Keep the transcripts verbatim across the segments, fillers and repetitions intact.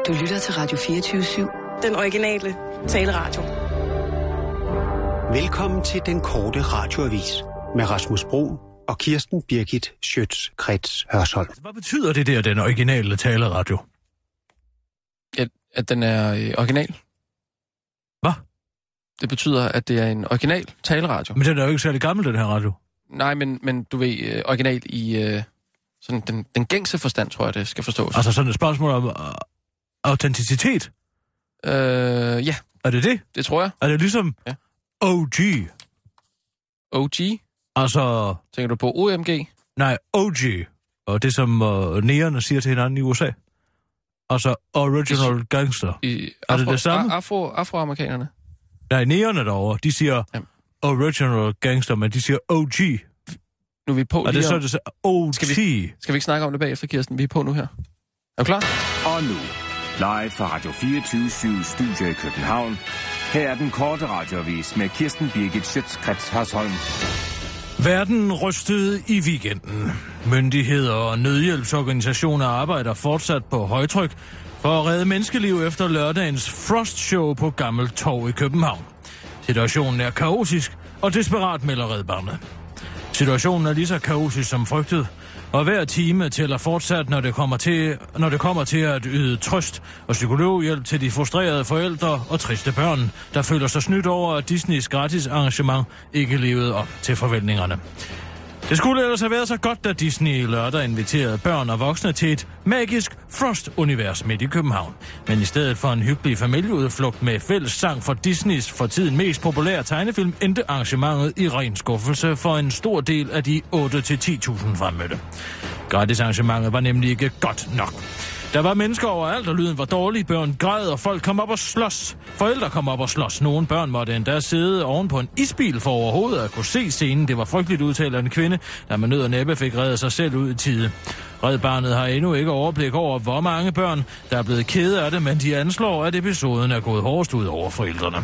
Du lytter til Radio fireogtyve syv. Den originale taleradio. Velkommen til den korte radioavis med Rasmus Bro og Kirsten Birgit Schøtz-Krets Hørsholm. Hvad betyder det der, den originale taleradio? At, at den er øh, original. Hvad? Det betyder, at det er en original taleradio. Men den er jo ikke særlig gammel, den her radio. Nej, men, men du ved, øh, original i øh, sådan den, den gængse forstand, tror jeg, det skal forstås. Altså sådan et spørgsmål om uh, autenticitet? Øh, ja. Er det det? Det tror jeg. Er det ligesom ja. O G? O G? Altså... Tænker du på O M G? Nej, O G. Og det, som uh, negerne siger til hinanden i U S A. Altså original I, gangster. I afro, er det det samme? Afro, afroamerikanerne? Nej, negerne derovre, de siger ja. original gangster, men de siger O G. Nu er vi på er det lige så, om... det så O G? Skal vi, skal vi ikke snakke om det bagefter, Kirsten? Vi er på nu her. Er du klar? Og nu, live fra Radio fireogtyve syv Studio i København. Her er den korte radioavis med Kirsten Birgit Schøtz-Krets Hørsholm. Verden rystede i weekenden. Myndigheder og nødhjælpsorganisationer arbejder fortsat på højtryk for at redde menneskeliv efter lørdagens Frost-show på Gammel Torv i København. Situationen er kaotisk, og desperat melder Red Barnet. Situationen er lige så kaotisk som frygtet, og hver time tæller fortsat, når det kommer til, når det kommer til at yde trøst og psykologhjælp til de frustrerede forældre og triste børn, der føler sig snydt over, at Disneys gratis arrangement ikke levede op til forventningerne. Det skulle ellers have været så godt, da Disney lørdag inviterede børn og voksne til et magisk Frost-univers midt i København. Men i stedet for en hyggelig familieudflugt med fælles sang for Disneys for tiden mest populære tegnefilm, endte arrangementet i ren skuffelse for en stor del af de otte til ti tusind fremmødte. Gratis arrangementet var nemlig ikke godt nok. Der var mennesker overalt, og lyden var dårlig. Børn græd, og folk kom op og slås. Forældre kom op og slås. Nogle børn måtte endda sidde oven på en isbil for overhovedet at kunne se scenen. Det var frygteligt, udtaler en kvinde, der med nød og næppe fik reddet sig selv ud i tide. Red Barnet har endnu ikke overblik over, hvor mange børn, der er blevet kede af det, men de anslår, at episoden er gået hårdest ud over forældrene.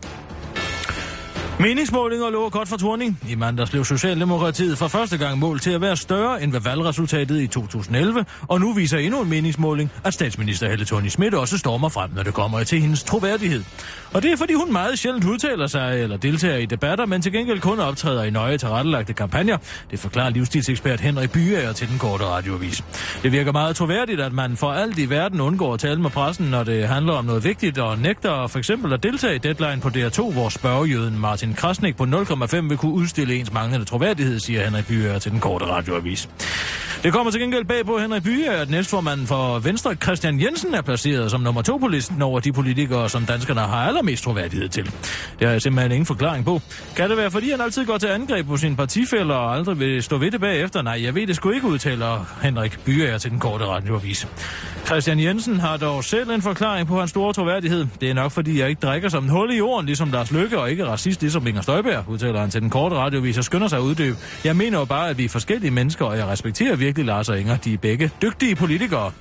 Meningsmålinger lover godt for Thorning. I mandags blev Socialdemokratiet for første gang målt til at være større end ved valgresultatet i to tusind og elleve, og nu viser endnu en meningsmåling, at statsminister Helle Thorning-Schmidt også stormer frem, når det kommer til hendes troværdighed. Og det er, fordi hun meget sjældent udtaler sig eller deltager i debatter, men til gengæld kun optræder i nøje tilrettelagte kampagner. Det forklarer livsstilsekspert Henrik Byager til den korte radioavis. Det virker meget troværdigt, at man for alt i verden undgår at tale med pressen, når det handler om noget vigtigt, og nægter for eksempel at deltage i Deadline på D R to, hvor spørgejøden Martin Krasnik på nul komma fem vil kunne udstille ens manglende troværdighed, siger Henrik Byager til den korte radioavis. Det kommer til gengæld bag på Henrik Byager, at næstformanden for Venstre, Christian Jensen, er placeret som nummer to på listen over de politikere, som danskerne har allermest troværdighed til. Det har jeg simpelthen ingen forklaring på. Kan det være, fordi han altid går til angreb på sine partifæller og aldrig vil stå ved det bagefter? Nej, jeg ved det sgu ikke, udtaler Henrik Byager til den korte radioavis. Christian Jensen har dog selv en forklaring på hans store troværdighed. Det er nok, fordi jeg ikke drikker som en hul i jorden, ligesom Lars Løkke, og ikke racist, ligesom Inger Støjberg, udtaler han til den korte radioavis og skynder sig at uddybe. Jeg mener jo bare, at vi er forskellige mennesker, og jeg respekterer virkelig Lars og Inger. De er begge dygtige politikere.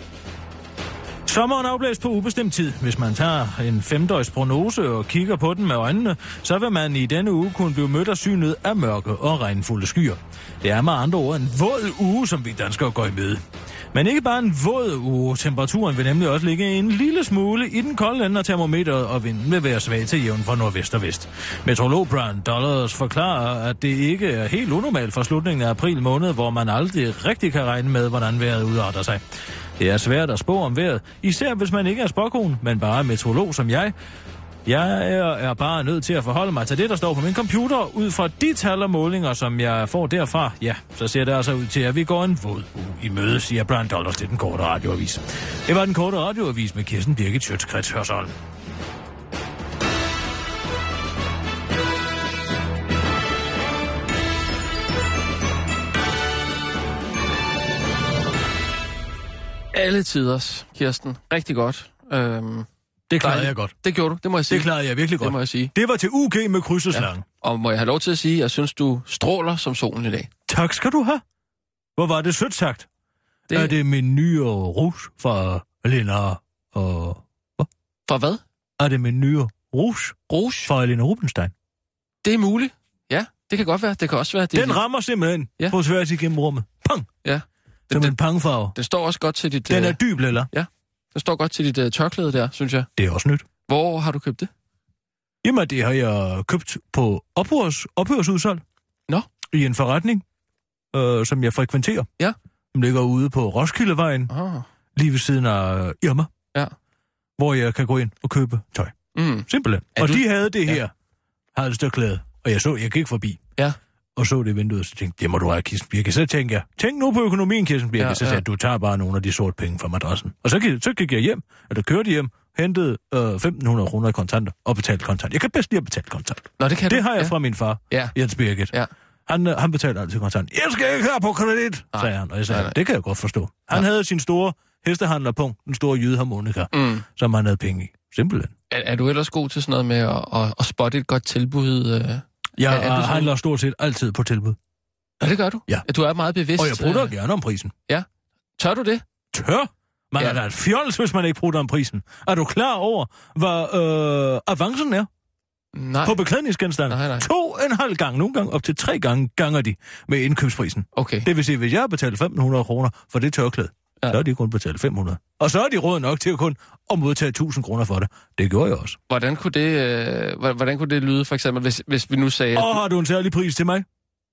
Sommeren afblæst på ubestemt tid. Hvis man tager en femdøjs prognose og kigger på den med øjnene, så vil man i denne uge kunne blive mødt af synet af mørke og regnfulde skyer. Det er med andre ord en våd uge, som vi danskere går i møde. Men ikke bare en våd uge. Temperaturen vil nemlig også ligge en lille smule i den kolde ende af termometeret, og vinden vil være svag til jævn fra nordvest og vest. Meteorolog Brian Dollars forklarer, at det ikke er helt unormalt for slutningen af april måned, hvor man aldrig rigtig kan regne med, hvordan vejret udarter sig. Det er svært at spå om vejret, især hvis man ikke er spåkone, men bare meteorolog som jeg. Jeg er, er bare nødt til at forholde mig til det, der står på min computer. Ud fra de tal og målinger, som jeg får derfra, ja, så ser det altså ud til, at vi går en våd uge i møde, siger Brian Dollars til den korte radioavis. Det var den korte radioavis med Kirsten Birgit Schøtz-Krets Hørsholm. Alle tiders, Kirsten. Rigtig godt. Øhm, det klarede jeg godt. Det gjorde du, det må jeg sige. Det klarede jeg virkelig godt. Det må jeg sige. Det var til U G med kryds og slange. Ja. Og må jeg have lov til at sige, at jeg synes, du stråler som solen i dag. Tak skal du have. Hvor var det sødt sagt? Det... Er det min nye rouge fra Lena og... Hvad? Fra hvad? Er det min nye rouge? Rouge? Fra Lena Rubenstein. Det er muligt. Ja, det kan godt være. Det kan også være... Det den rammer simpelthen ja. på tværs igennem rummet. Pang! Ja. Som den, en pangfarve. Den står også godt til dit... Den er dyb, eller? Ja. Det står godt til dit uh, tørklæde der, synes jeg. Det er også nyt. Hvor har du købt det? Jamen, det har jeg købt på ophørs, ophørsudsalg. Nå. I en forretning, øh, som jeg frekventerer. Ja. Som ligger ude på Roskildevejen, Ah. lige ved siden af Irma. Ja. Hvor jeg kan gå ind og købe tøj. Mm. Simpelthen. Er Og du... de havde det ja. her halstørklæde, og jeg så, jeg gik forbi. Ja. Og så det i vinduet, og så tænkte det må du have, Kirsten Birke. Så tænkte jeg, tænk nu på økonomien, Kirsten Birke. Ja, Så sagde jeg, ja. du tager bare nogle af de sorte penge fra madrassen. Og så gik, så gik jeg hjem, eller kørte hjem, hentede øh, femten hundrede kroner i kontanter og betalte kontant. Jeg kan bedst lide at betale kontant. Nå, det kan Det du. har jeg ja. fra min far, Ja. Jens Birgit. Ja. Han, øh, han betaler altid kontant. Jeg skal ikke have på kredit, Nej. sagde han. Og jeg sagde, Nej, nej. det kan jeg godt forstå. Han Ja. havde sin store hestehandlerpunkt, den store jydeharmonika, Mm. som han havde penge i. Simpelthen. Er, er du ellers god til sådan noget med at, at, at spotte et godt tilbud? Øh? Jeg Er- er du sådan- handler stort set altid på tilbud. Ja, det gør du. Ja. Du er meget bevidst. Og jeg prutter øh, gerne om prisen. Tør du det? Tør? Man Ja. er da et fjols, hvis man ikke prutter om prisen. Er du klar over, hvad øh, avancen er Nej. på beklædningsgenstande? Nej, nej. To og en halv gang, nogle gange op til tre gange ganger de med indkøbsprisen. Okay. Det vil sige, hvis jeg har betalt femten hundrede kroner for det tørklæde, Ja. ja. så har de kun betalt fem hundrede. Og så er de råd nok til at kun at modtage tusind kroner for det. Det gjorde jeg også. Hvordan kunne det, øh, hvordan- hvordan kunne det lyde, for eksempel, hvis, hvis vi nu sagde... Og har du en særlig pris til mig?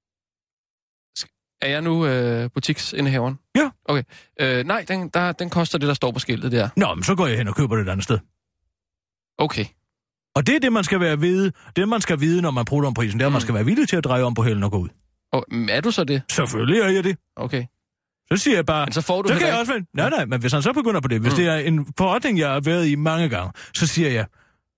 Er jeg nu øh, butiksindehaveren? Ja. Okay. Øh, nej, den, der, den koster det, der står på skiltet der. Nå, men så går jeg hen og køber det et andet sted. Okay. Og det er det, man skal være vide. Det, man skal vide, når man prutter om prisen, det er, at man skal være villig til at dreje om på hælen og gå ud. Og, er du så det? Selvfølgelig er jeg det. Okay. Så siger jeg bare... Men så får du Så heller kan jeg ikke- også vente. Nej, nej, men hvis han så begynder på det, hvis Mm. mm. det er en forretning, jeg har været i mange gange, så siger jeg,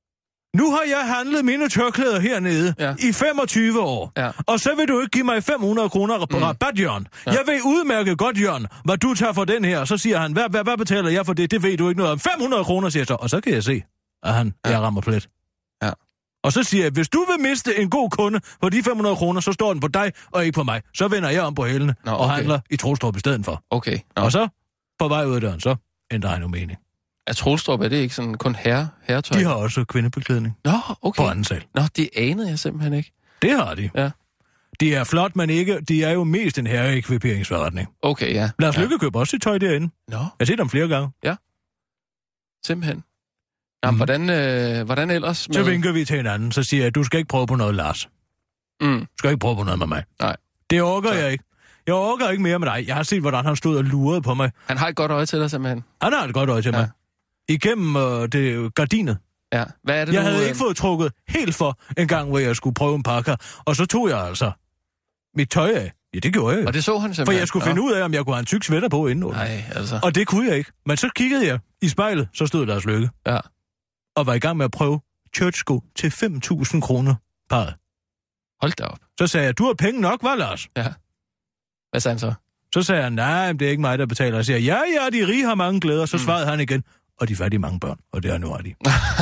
nu har jeg handlet mine tørklæder hernede Ja. i femogtyve år, Ja. og så vil du ikke give mig fem hundrede kroner på Mm. mm. rabat, Jørgen. Ja. Ja. Jeg ved udmærket godt, Jørgen, hvad du tager for den her. Så siger han, hvad, hvad, hvad betaler jeg for det? Det ved du ikke noget om. fem hundrede kroner, siger jeg så. Og så kan jeg se, at han Ja. jeg rammer plet. Ja. Og så siger jeg, hvis du vil miste en god kunde på de fem hundrede kroner, så står den på dig og ikke på mig. Så vender jeg om på hælene Nå, og okay. handler i Troelstrup i stedet for. Okay. Nå. Og så, på vej ud af døren, så ændrer han jo mening. Er Troelstrup, er det ikke sådan kun herre, herretøj? De har også kvindebeklædning Nå, okay. på anden sal. Nå, det anede jeg simpelthen ikke. Det har de. Ja. De er flot, men ikke. De er jo mest en herreekviperingsforretning. Okay, ja. Lars ja. Lykke køber også sit tøj derinde. Nå, Jeg har set dem flere gange. simpelthen. Jamen, Mhm. hvordan, øh, hvordan ellers? Med... Så vinker vi til hinanden, så siger jeg, du skal ikke prøve på noget, Lars. Mm. Du skal ikke prøve på noget med mig. Nej. Det orker Så. jeg ikke. Jeg orker ikke mere med dig. Jeg har set, hvordan han stod og lurede på mig. Han har et godt øje til dig, simpelthen. Han har et godt øje til Ja. mig. Igennem øh, det gardinet. Ja. Hvad er det Jeg nu? havde øh, ikke fået trukket helt for en gang, hvor jeg skulle prøve en pakker. Og så tog jeg altså mit tøj af. Ja, det gjorde jeg jo. Og det så han For simpelthen. jeg skulle finde ud af, om jeg kunne have en tyk sweater på inden. Nej, altså. Og det kunne jeg ikke. Men så kiggede jeg i spejlet, så stod Lars Lykke. Ja. Og var i gang med at prøve churchsko til fem tusind kroner parret. Hold da op. Så sagde jeg, du har penge nok, var Lars? Ja. Hvad sagde han så? Så sagde han, nej, det er ikke mig, der betaler. Jeg siger, ja, ja, de rige har mange glæder. Så svarede mm. han igen, og de fattige mange børn. Og det er nu, har de.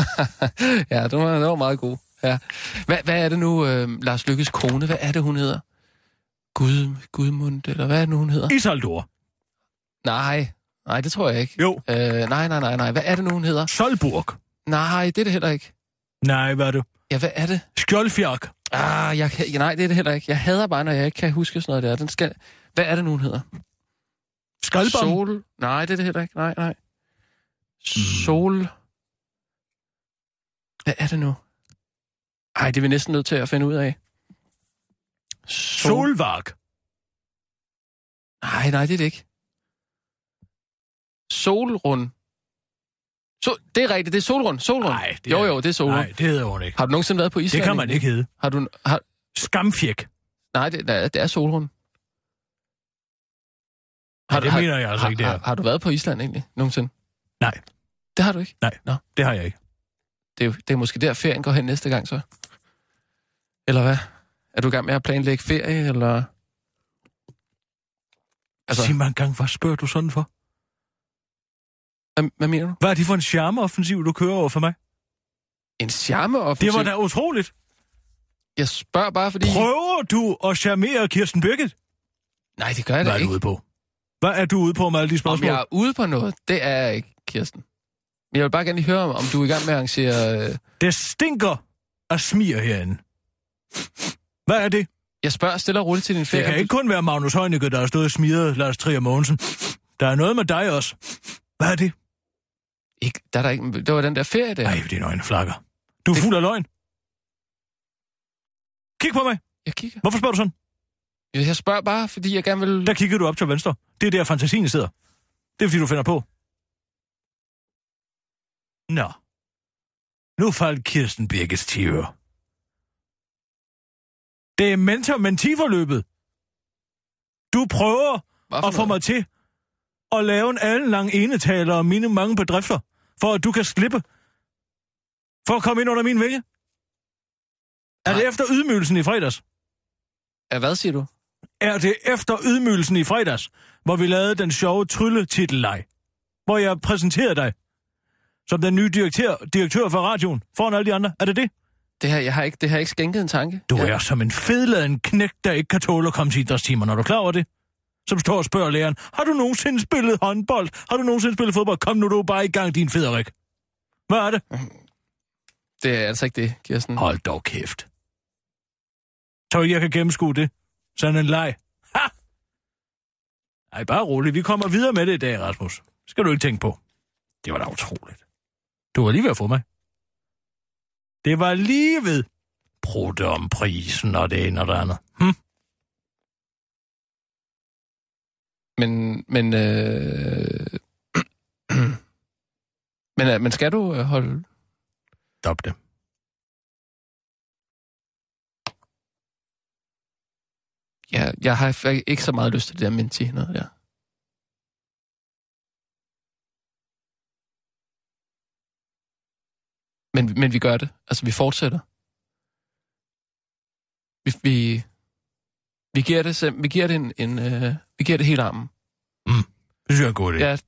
Ja, det var, det var meget god. Ja. Hvad, hvad er det nu, øh, Lars Lykkes kone? Hvad er det, hun hedder? Gud, Gudmund, eller hvad er det nu, hun hedder? Isaldur. Nej, nej, det tror jeg ikke. Jo. Øh, nej, nej, nej, nej. Hvad er det nu, hun hedder? Solburg. Nej, det er det heller ikke. Nej, hvad er det? Ja, hvad er det? Skjoldfjark. Ah, jeg kan, nej, det er det heller ikke. Jeg hader bare, når jeg ikke kan huske sådan noget der. Den skal... Hvad er det nu, hun hedder? Skalbom. Sol... Nej, det er det heller ikke. Nej, nej. Sol... Hvad er det nu? Ej, det er vi næsten nødt til at finde ud af. Sol... Solvark. Nej, nej, det er det ikke. Solrund. So... Det er rigtigt, det er solrund. Solrund. Nej, det jo, er- jo, det er solrund. Nej, det hedder hun ikke. Har du nogensinde været på Island? Det kan man ikke hedde. Har du... Har... Skamfjæk. Nej, det, nej, det er solrund. Nej, det mener jeg altså har, ikke, det har, er. har du været på Island egentlig nogensinde? Nej. Det har du ikke? Nej, Nå. det har jeg ikke. Det er, jo- det er måske der, ferien går hen næste gang, så. Eller hvad? Er du i gang med at planlægge ferie, eller... Altså... Sig mig engang, hvad spørger du sådan for? Hvad, hvad mener du? Hvad er det for en charmeoffensiv, du kører over for mig? En charmeoffensiv? Det var da utroligt. Jeg spørger bare, fordi... Prøver du at charmere Kirsten Birgit? Nej, det gør jeg Hvad da er du ikke. ude på? Hvad er du ude på med alle de Om spørgsmål? jeg er ude på noget, det er jeg ikke, Kirsten. Men jeg vil bare gerne lige høre, om du er i gang med at arrangere... Øh... Det stinker af smir herinde. Hvad er det? Jeg spørger stille og roligt til din ferie. Det kan ikke kun være Magnus Heunicke, der har stået og smiret Lars Trier Mogensen. Der er noget med dig også. Hvad er det? Ikke, der er der ikke, det var den der ferie der. Nej, dine øjne flakker. Du er det... fuld af løgn. Kig på mig. Jeg kigger. Hvorfor spørger du sådan? Jeg spørger bare, fordi jeg gerne vil... Der kigger du op til venstre. Det er der, fantasien sidder. Det er, fordi du finder på. Nå. Nu faldt Kirsten Birgits tiver. Det er mentor-menti-forløbet. Du prøver at få mig til at lave en alenlang enetaler om mine mange bedrifter, for at du kan slippe. For at komme ind under min vilje. Er det efter ydmygelsen i fredags? Ja, hvad siger du? Er det efter ydmygelsen i fredags, hvor vi lavede den sjove trylletitelleg, hvor jeg præsenterede dig som den nye direktør, direktør for radioen, foran alle de andre? Er det det? Det her, jeg har ikke, det har ikke skænket en tanke. Du ja. er som en fedladen knæk, der ikke kan tåle at komme til idrætstimer, når du er klar over det. Som står og spørger læreren, har du nogensinde spillet håndbold? Har du nogensinde spillet fodbold? Kom nu, du er bare i gang, din Frederik. Hvad er det? Det er altså ikke det, Kirsten. Hold dog kæft. Tror ikke, jeg kan gennemskue det? Sådan en leg. Ha! Ej, bare rolig. Vi kommer videre med det i dag, Rasmus. Skal du ikke tænke på. Det var da utroligt. Du var lige ved at få mig. Det var lige ved. Prutte om prisen og det ene og det andet. Hm? Men, men, øh... men, øh, men skal du øh, holde... Stop det. Ja, jeg har ikke så meget lyst til det der menti noget der. Men, men vi gør det. Altså, vi fortsætter. Vi, vi, vi giver det, vi giver det en, en øh, vi giver det hele armen. Mm, det synes jeg er en god idé. Ja,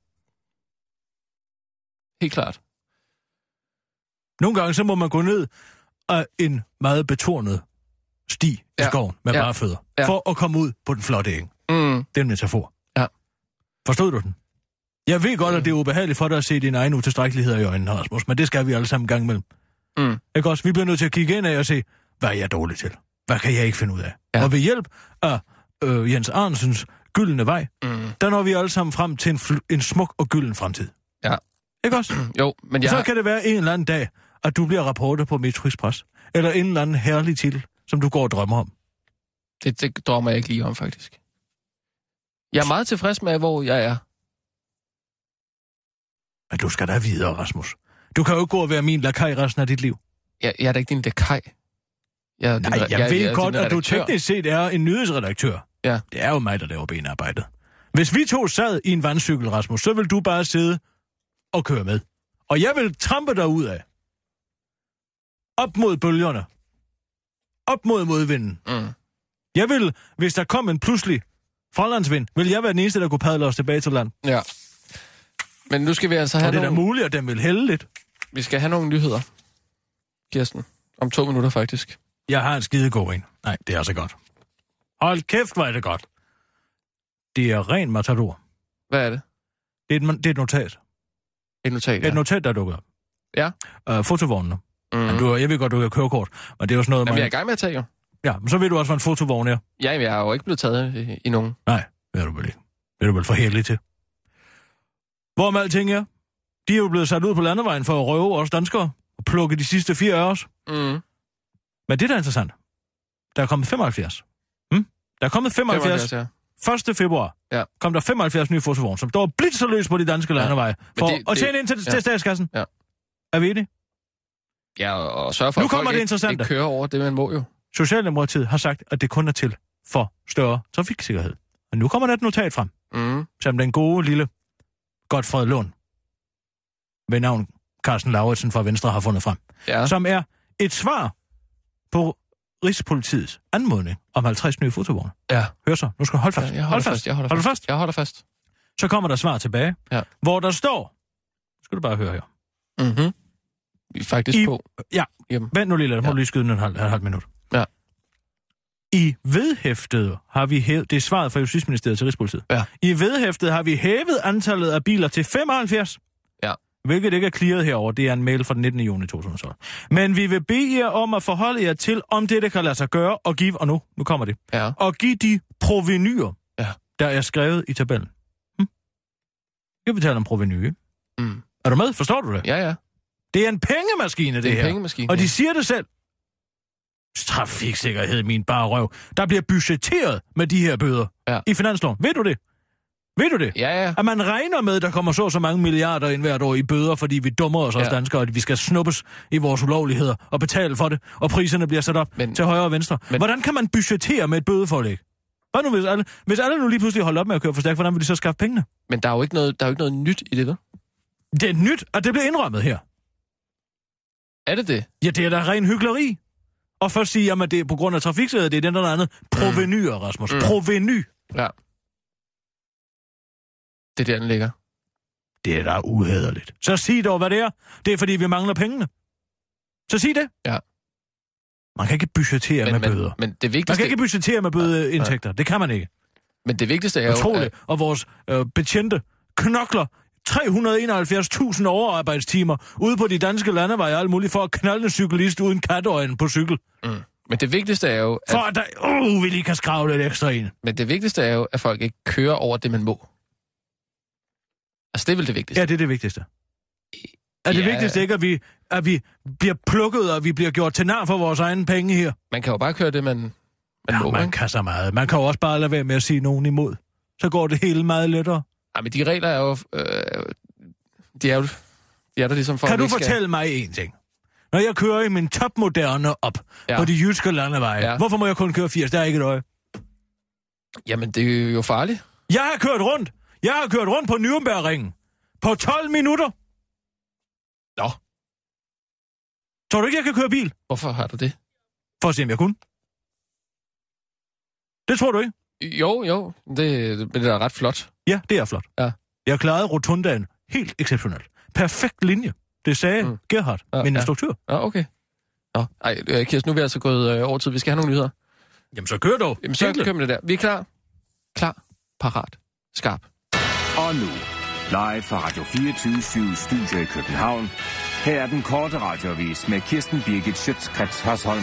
helt klart. Nogle gange så må man gå ned af en meget betornet sti i ja. skoven med ja. bare fødder, ja. for at komme ud på den flotte eng. Mm. Det er en metafor. Ja. Forstod du den? Jeg ved godt, at det er ubehageligt for dig at se dine egne utilstrækkeligheder i øjnene, Rasmus, men det skal vi alle sammen gang imellem. Mm. Ikke også? Vi bliver nødt til at kigge ind af og se, hvad er jeg dårlig til? Hvad kan jeg ikke finde ud af? Ja. Og ved hjælp af øh, Jens Arnsens gyldne vej, mm. der når vi alle sammen frem til en, fl- en smuk og gylden fremtid. Ja. Ikke også? Jo, men jeg Så har... kan det være en eller anden dag, at du bliver rapporter på Metro Express, eller en eller anden herlig titel, som du går og drømmer om. Det, det drømmer jeg ikke lige om, faktisk. Jeg er meget tilfreds med, hvor jeg er. Men du skal da videre, Rasmus. Du kan jo ikke gå og være min lakaj resten af dit liv. Jeg, jeg er da ikke din lakaj. Jeg er Nej, din, jeg, jeg, ved jeg godt, at du redaktør. teknisk set er en nyhedsredaktør. Ja. Det er jo mig, der laver benarbejdet. Hvis vi to sad i en vandcykel, Rasmus, så vil du bare sidde og køre med. Og jeg vil trampe dig ud af. Op mod bølgerne. Op mod modvinden. Mm. Jeg vil, hvis der kom en pludselig fralandsvind, vil jeg være den eneste, der kunne padle os tilbage til land. Ja. Men nu skal vi altså have Og det er nogle... da muligt, at den vil hælde lidt. Vi skal have nogle nyheder, Kirsten. Om to minutter, faktisk. Jeg har en skide god en. Nej, det er så godt. Hold kæft, hvor er det godt. Det er ren matador. Hvad er det? Det er et, det er et notat. Et notat, ja. Et notat, der dukker op. Ja. Uh, fotovognene. Mm. Ja, du, jeg ved godt, du kan køre kort, men det er jo sådan noget... Jamen, man... jeg er i gang med at tage, jo. Ja, men så ved du også, hvad en fotovogn er. Ja, jeg er jo ikke blevet taget i, i nogen. Nej, det er du vel ikke. Det er du vel for heldig til. Hvorom alting er, de er jo blevet sat ud på landevejen for at røve os danskere og plukke de sidste fire af os. Mm. Men det, der er interessant, der er kommet femoghalvfjerds. Hm? Der er kommet femoghalvfjerds. femoghalvfjerds ja. første februar ja. kom der femoghalvfjerds nye fotovogne, som står blidt så løs på de danske ja. landeveje for det, at tjene ind til, ja. til statskassen. Ja. Er vi enige? Ja, og sørge for, nu at kommer folk det ikke, interessante. ikke kører over det, man må jo. Socialdemokratiet har sagt, at det kun er til for større trafiksikkerhed. Og nu kommer der et notat frem, mm. som den gode lille Godfred Lund, ved navn Carsten Lauritsen fra Venstre, har fundet frem. Ja. Som er et svar på Rigspolitiets anmodning om halvtreds nye fotovogne. Ja. Hør så, nu skal du holde fast. Ja, jeg holder hold fast. fast. Jeg holder hold fast. fast. Jeg holder fast. Så kommer der svar tilbage, ja. hvor der står, skal du bare høre her. Mhm. Vi er faktisk I, på. Ja, Jamen. vent nu lige lidt, må ja. du lige skyde en halv, en halv minut. Ja. I vedhæftet har vi hævet, det er svaret fra Justitsministeriet til Rigspolitiet. Ja. I vedhæftet har vi hævet antallet af biler til femoghalvfjerds. Ja. Hvilket ikke er clearet herover. Det er en mail fra den nittende juni to tusind og tolv. Men vi vil bede jer om at forholde jer til, om det kan lade sig gøre, og give, og nu, nu kommer det, ja. og give de provenyer, ja. der er skrevet i tabellen. Hm? Jeg vil tale om proveny. Mm. Er du med? Forstår du det? Ja, ja. Det er en pengemaskine, det, Det er en her. pengemaskine, Og de ja. siger det selv. Trafiksikkerhed, min bare røv. Der bliver budgetteret med de her bøder Ja. i finansloven. Ved du det? Ved du det? Ja, ja. At man regner med, at der kommer så så mange milliarder ind hvert år i bøder, fordi vi dummer os ja. os danskere, at vi skal snuppes i vores ulovligheder og betale for det, og priserne bliver sat op men, til højre og venstre. Men, hvordan kan man budgettere med et bødeforlæg? Hvad nu, hvis alle, hvis alle nu lige pludselig holder op med at køre for stærkt, hvordan vil de så skaffe pengene? Men der er jo ikke noget, der er jo ikke noget nyt i det, vel? Det er nyt, at det bliver indrømmet her. Er det det? Ja, det er da ren hykleri. Og først sige, at det er på grund af trafiksikkerhed, det er den der andet. Provenyer, Rasmus. Mm. Proveny. Ja. Det er der, den ligger. Det er da uhæderligt. Så sig dog, hvad det er. Det er, fordi vi mangler pengene. Så sig det. Ja. Man kan ikke budgettere men, med men, bøder. Men det vigtigste... Man kan ikke budgettere med bødeindtægter. Det kan man ikke. Men det vigtigste er jo... Utroligt. At... Og vores øh, betjente knokler tre hundrede og enoghalvfjerds tusind overarbejdstimer ude på de danske landeveje og alt muligt for at knalde en cyklist uden katøjen på cykel. Mm. Men det vigtigste er jo... At... For at der... Uh, vi lige kan skrave lidt ekstra ind. Men det vigtigste er jo, at folk ikke kører over det, man må. Altså, det er vel det vigtigste. Ja, det er det vigtigste. Er det ja. vigtigste ikke, at vi, at vi bliver plukket, og vi bliver gjort til nar for vores egne penge her? Man kan jo bare køre det, man, man ja, må. man ikke? kan så meget. Man kan jo også bare lade være med at sige nogen imod. Så går det hele meget lettere. Ja, men de regler er jo... Øh, de er jo... De er der ligesom for, kan du skal... fortælle mig en ting? Når jeg kører i min topmoderne op ja. på de jyske landeveje, ja. hvorfor må jeg kun køre firs? Der er ikke et øje. Jamen, det er jo farligt. Jeg har kørt rundt. Jeg har kørt rundt på Nürnbergringen. På tolv minutter. Nå. Tror du ikke, jeg kan køre bil? Hvorfor har du det? For at se, om jeg kunne. Det tror du ikke? Jo, jo. Det, det er ret flot. Ja, det er flot. Ja. Jeg klarede rotundaen helt exceptionelt. Perfekt linje. Det sagde mm. Gerhard, ja, min ja. instruktør. Ja, okay. Nå, ej, Kirsten, nu er vi altså gået øh, over tid. Vi skal have nogle nyheder. Jamen, så kør dog. Jamen, så kører vi det der. Vi er klar. Klar. Parat. Skarp. Og nu, live fra Radio fireogtyve syv Studio i København. Her er den korte radioavis med Kirsten Birgit Schøtz-Krets Hørsholm.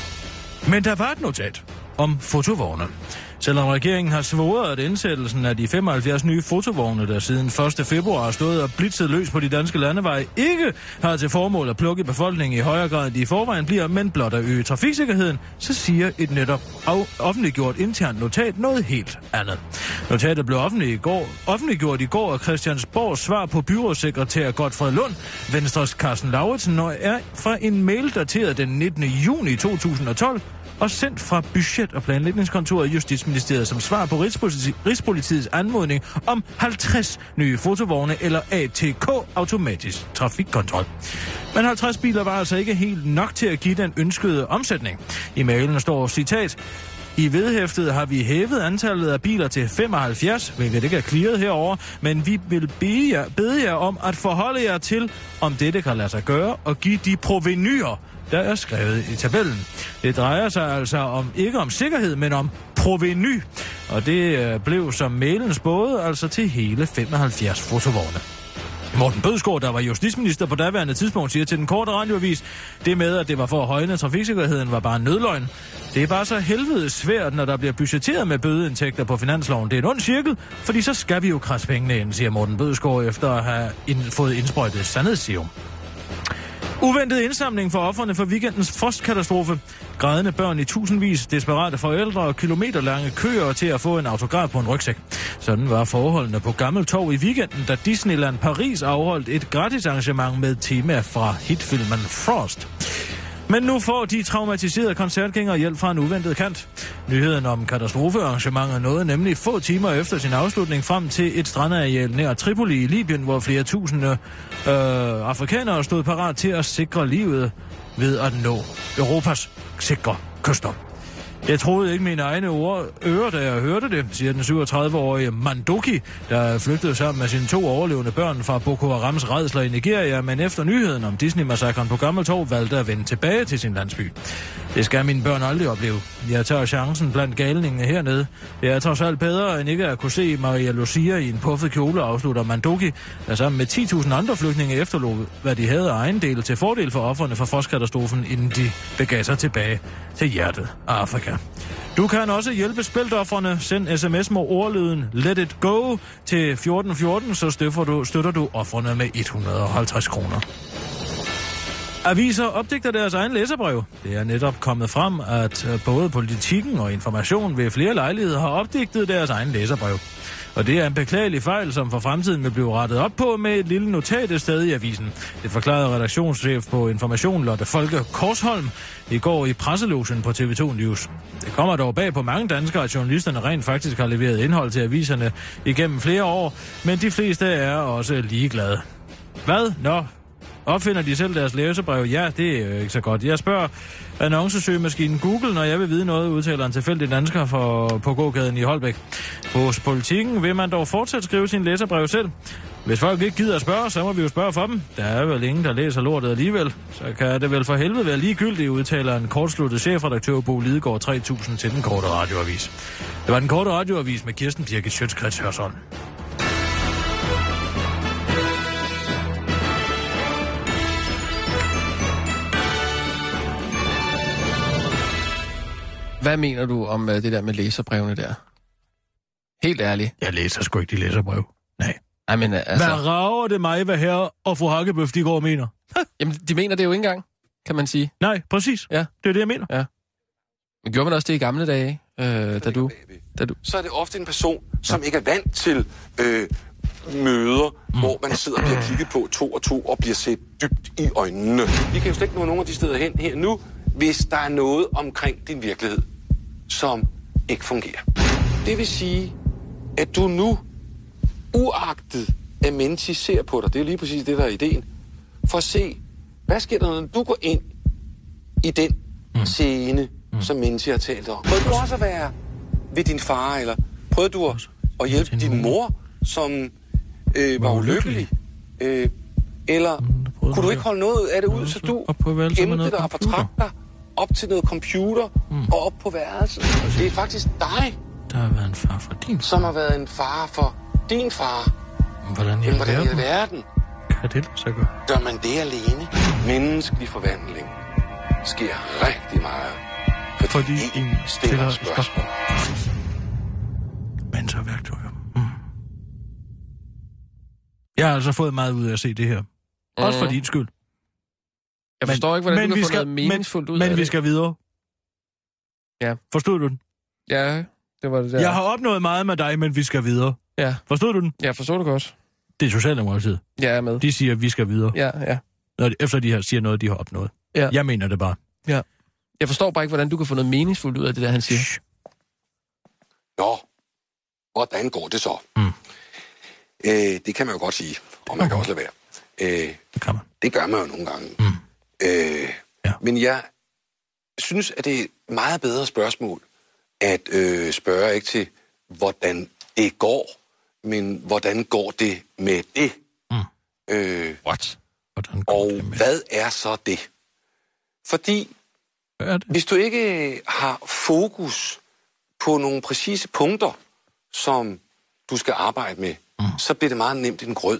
Men der var et notat om fotovogne. Selvom regeringen har svoret, at indsættelsen af de femoghalvfjerds nye fotovogne, der siden første februar har stået og blitzet løs på de danske landeveje, ikke har til formål at plukke befolkningen i højere grad, end de i forvejen bliver, men blot at øge trafiksikkerheden, så siger et netop offentliggjort internt notat noget helt andet. Notatet blev offentliggjort i går, offentliggjort i går af Christiansborgs svar på byrådssekretær Godfred Lund, Venstres Carsten Lauritsen, og er fra en mail dateret den nittende juni to tusind og tolv, og sendt fra Budget- og Planlægningskontoret i Justitsministeriet som svar på Rigspoliti- Rigspolitiets anmodning om halvtreds nye fotovogne eller A T K, automatisk trafikkontrol. Men halvtreds biler var altså ikke helt nok til at give den ønskede omsætning. I mailen står citat: I vedhæftet har vi hævet antallet af biler til femoghalvfjerds, hvilket ikke er clearet herover, men vi vil bede jer, bede jer om at forholde jer til, om dette kan lade sig gøre, og give de provenyer, der er skrevet i tabellen. Det drejer sig altså om ikke om sikkerhed, men om proveny, og det blev som mailens både altså til hele femoghalvfjerds fotovogne. Morten Bødskov, der var justitsminister på daværende tidspunkt, siger til den korte radioavis, det med, at det var for at højne trafiksikkerheden, var bare en nødløgn. Det er bare så helvede svært, når der bliver budgetteret med bødeindtægter på finansloven. Det er en ond cirkel, fordi så skal vi jo krasse pengene ind, siger Morten Bødskov, efter at have ind, fået indsprøjtet sandhedsserum. Uventet indsamling for ofrene for weekendens frostkatastrofe. Grædende børn i tusindvis, desperate forældre og kilometerlange køer til at få en autograf på en rygsæk. Sådan var forholdene på Gammeltorv i weekenden, da Disneyland Paris afholdt et gratis arrangement med tema fra hitfilmen Frost. Men nu får de traumatiserede koncertgængere hjælp fra en uventet kant. Nyheden om katastrofearrangementet nåede nemlig få timer efter sin afslutning frem til et strandareal nær Tripoli i Libyen, hvor flere tusinde øh, afrikanere stod parat til at sikre livet ved at nå Europas sikre kyster. Jeg troede ikke mine egne ord, ører, da jeg hørte det, siger den syvogtredive-årige Mandoki, der flygtede sammen med sine to overlevende børn fra Boko Harams rædsler i Nigeria, men efter nyheden om Disney-massakren på Gammeltorv valgte at vende tilbage til sin landsby. Det skal mine børn aldrig opleve. Jeg tager chancen blandt galningene hernede. Det er trods alt bedre, end ikke at kunne se Maria Lucia i en puffet kjole, afslutter Mandoki, der sammen med ti tusind andre flygtninge efterlod, hvad de havde af ejendele til fordel for ofrene for frostkatastrofen, inden de begav sig tilbage til hjertet af Afrika. Du kan også hjælpe spildofferne. Send sms med ordlyden Let It Go til fjorten fjorten, så støtter du, støtter du offerne med et hundrede og halvtreds kroner. Aviser opdigter deres egen læserbrev. Det er netop kommet frem, at både Politikken og Information ved flere lejligheder har opdigtet deres egen læserbrev. Og det er en beklagelig fejl, som for fremtiden vil blive rettet op på med et lille notat et sted i avisen. Det forklarede redaktionschef på Information, Lotte Folke Korsholm, i går i presselogen på T V to News. Det kommer dog bag på mange danskere, at journalisterne rent faktisk har leveret indhold til aviserne igennem flere år, men de fleste er også ligeglade. Hvad? Nå, opfinder de selv deres læsebrev? Ja, det er jo ikke så godt. Jeg spørger annoncesøgemaskinen Google, når jeg vil vide noget, udtaler en tilfældig dansker for, på gågaden i Holbæk. Hos Politikken vil man dog fortsat skrive sin læserbrev selv. Hvis folk ikke gider at spørge, så må vi jo spørge for dem. Der er vel ingen, der læser lortet alligevel. Så kan det vel for helvede være ligegyldigt, udtaler en kortsluttet chefredaktør Bo Lidegaard tre tusind til den korte radioavis. Det var den korte radioavis med Kirsten Birgit Schøtz-Krets Hørsholm. Hvad mener du om uh, det der med læserbrevene der? Helt ærligt. Jeg læser sgu ikke de læserbrev. Nej. Ej, men, uh, altså... Hvad rager det mig, hvad her og fru Hakkebøf, de går og mener? Jamen, de mener det jo ikke engang, kan man sige. Nej, præcis. Ja. Det er det, jeg mener. Ja. Men gjorde man også det i gamle dage, øh, da, du, da du... Så er det ofte en person, som ikke er vant til øh, møder, mm. hvor man sidder og bliver kigget på to og to og bliver set dybt i øjnene. Vi kan jo slet ikke nå nogen af de steder hen her nu, hvis der er noget omkring din virkelighed, som ikke fungerer. Det vil sige, at du nu, uagtet at mennesker ser på dig, det er lige præcis det, der er ideen, for at se, hvad sker der, når du går ind i den mm. scene, mm. som mennesker har talt om. Prøvede du også at være ved din far, eller prøvede du at, at hjælpe din mor, som øh, var ulykkelig? Øh, eller mm, kunne du ikke holde noget af det ud, så du gemte dig og fortræk dig op til noget computer mm. og op på værelset? Det er faktisk dig, der har været en far for din far. Som har været en far for din far. Hvordan i verden? verden kan det så gøre? Gør man det alene? Menneskelig forvandling sker rigtig meget, fordi, fordi en stiller spørgsmål. Men så værktøjer. Mm. Jeg har altså fået meget ud af at se det her. Mm. Også for din skyld. Jeg forstår men, ikke, hvordan du kan få noget meningsfuldt men, ud men af det. Men vi skal videre. Ja. Forstod du den? Ja, det var det der. Jeg har opnået meget med dig, men vi skal videre. Ja. Forstod du den? Ja, forstår du godt. Det er Socialdemokratiet. Ja, jeg er med. De siger, at vi skal videre. Ja, ja. Når de, efter de her siger noget, de har opnået. Ja. Jeg mener det bare. Ja. Jeg forstår bare ikke, hvordan du kan få noget meningsfuldt ud af det der, han siger. Shh. Nå, hvordan går det så? Mm. Øh, det kan man jo godt sige, og man kan også lade være. Øh, det kan man. Det gør man jo nogle gange. Mm. Øh, ja. Men jeg synes, at det er et meget bedre spørgsmål at øh, spørge ikke til, hvordan det går, men hvordan går det med det? Mm. Øh, What? Hvordan går og det med? hvad er så det? Fordi hvad er det? Hvis du ikke har fokus på nogle præcise punkter, som du skal arbejde med, mm. så bliver det meget nemt en grød.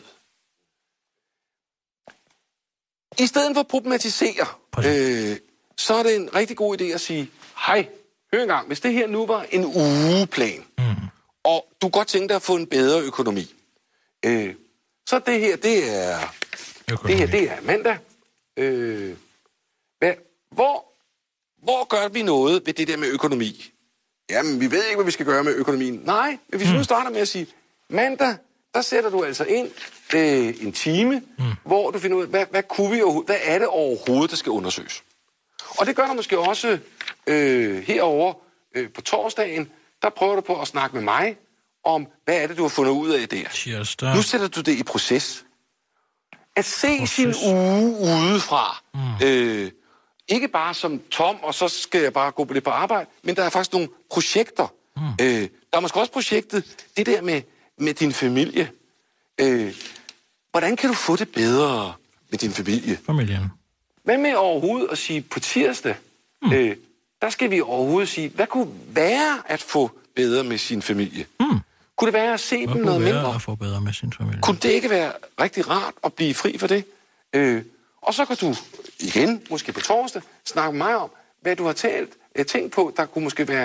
I stedet for at problematisere, øh, så er det en rigtig god idé at sige, hej, hør engang, hvis det her nu var en ugeplan, mm. og du godt tænker dig at få en bedre økonomi, øh, så det her, det er, det her, det er mandag. Øh, hvad, hvor, hvor gør vi noget ved det der med økonomi? Jamen, vi ved ikke, hvad vi skal gøre med økonomien. Nej, men hvis mm. nu starter med at sige, mandag, der sætter du altså ind øh, en time, mm. hvor du finder ud af, hvad, hvad kunne vi overhovedet, hvad er det overhovedet, der skal undersøges? Og det gør du måske også øh, herovre øh, på torsdagen, der prøver du på at snakke med mig om, hvad er det, du har fundet ud af der. Tirsdag. Nu sætter du det i proces. At se proces. Sin uge udefra, mm. øh, ikke bare som tom, og så skal jeg bare gå lidt på arbejde, men der er faktisk nogle projekter. Mm. Øh, der er måske også projektet, det der med, med din familie. Øh, hvordan kan du få det bedre med din familie? Familien. Hvad med overhovedet at sige på tirsdag, mm. øh, der skal vi overhovedet sige, hvad kunne være at få bedre med sin familie? Mm. Kunne det være at se hvad dem noget mindre? Hvad kunne være at få bedre med sin familie? Kunne det ikke være rigtig rart at blive fri for det? Øh, og så kan du igen, måske på torsdag, snakke med mig om, hvad du har talt, tænkt på, der kunne måske være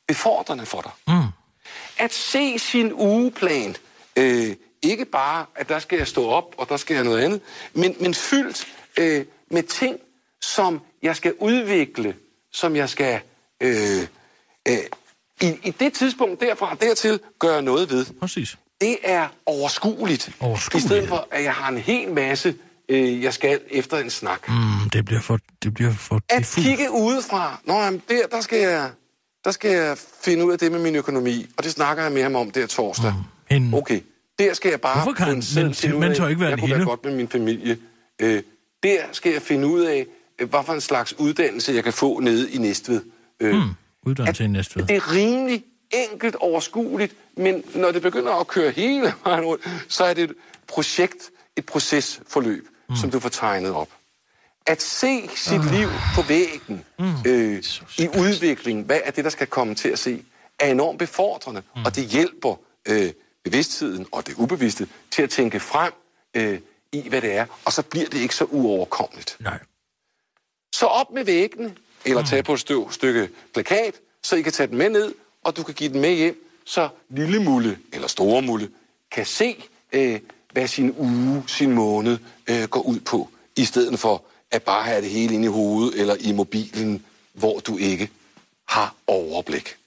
befordrende for dig. Mm. At se sin ugeplan, øh, ikke bare, at der skal jeg stå op, og der skal jeg noget andet, men, men fyldt øh, med ting, som jeg skal udvikle, som jeg skal øh, øh, i, i det tidspunkt derfra og dertil gøre noget ved. Præcis. Det er overskueligt, overskueligt, i stedet for, at jeg har en hel masse, øh, jeg skal efter en snak. Mm, det bliver for, det bliver for At diffust. kigge udefra, nå, jamen, der, der, skal jeg, der skal jeg finde ud af det med min økonomi, og det snakker jeg med ham om der torsdag. Mm, hende. Okay, der skal jeg bare... Hvorfor kan han men, men så ikke være jeg en kunne hende? være godt med min familie. Øh, der skal jeg finde ud af, øh, hvad for en slags uddannelse, jeg kan få nede i Næstved. Øh, mm, uddannelse i Næstved. Det er rimelig enkelt overskueligt, men når det begynder at køre hele vejen rundt, så er det et projekt, et procesforløb, mm. som du får tegnet op. At se sit uh. liv på væggen mm. øh, i udvikling, hvad er det, der skal komme til at se, er enormt befordrende, mm. og det hjælper øh, bevidstheden og det ubevidste til at tænke frem øh, i, hvad det er, og så bliver det ikke så uoverkommeligt. Nej. Så op med væggene, eller mm. tage på et støv, stykke plakat, så I kan tage den med ned, og du kan give den med hjem, så lille mulle eller store mulle kan se, øh, hvad sin uge, sin måned øh, går ud på, i stedet for at bare have det hele inde i hovedet eller i mobilen, hvor du ikke har overblik.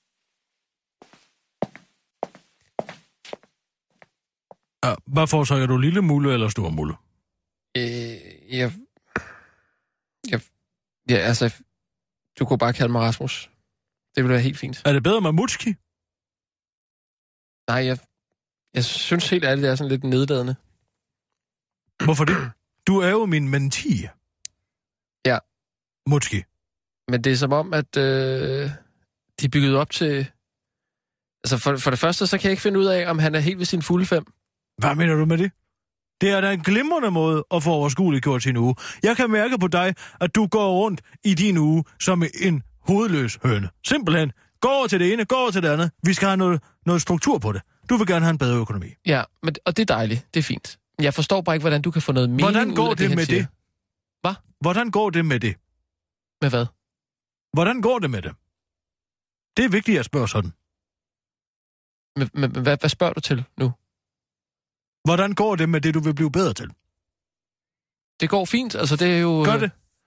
Ja, hvad foretrækker du, lille mulle eller stor mulle? Øh, jeg... Jeg... Ja, altså... Du kunne bare kalde mig Rasmus. Det ville være helt fint. Er det bedre med Mutski? Nej, jeg... Jeg synes helt ærligt, det er sådan lidt nedladende. Hvorfor det? Du er jo min mentee. Ja. Mutski. Men det er som om, at øh, de er bygget op til... Altså for, for det første, så kan jeg ikke finde ud af, om han er helt ved sin fulde fem. Hvad mener du med det? Det er da en glimrende måde at få overskueligt gjort sin uge. Jeg kan mærke på dig, at du går rundt i din uge som en hovedløs høne. Simpelthen. Gå over til det ene, gå over til det andet. Vi skal have noget, noget struktur på det. Du vil gerne have en bedre økonomi. Ja, men, og det er dejligt. Det er fint. Men jeg forstår bare ikke, hvordan du kan få noget mening hvordan går ud af det, det med siger. det? Hvad? Hvordan går det med det? Med hvad? Hvordan går det med det? Det er vigtigt at spørge sådan. Men, men hvad, hvad spørger du til nu? Hvordan går det med det, du vil blive bedre til? Det går fint, altså det er jo... Gør det?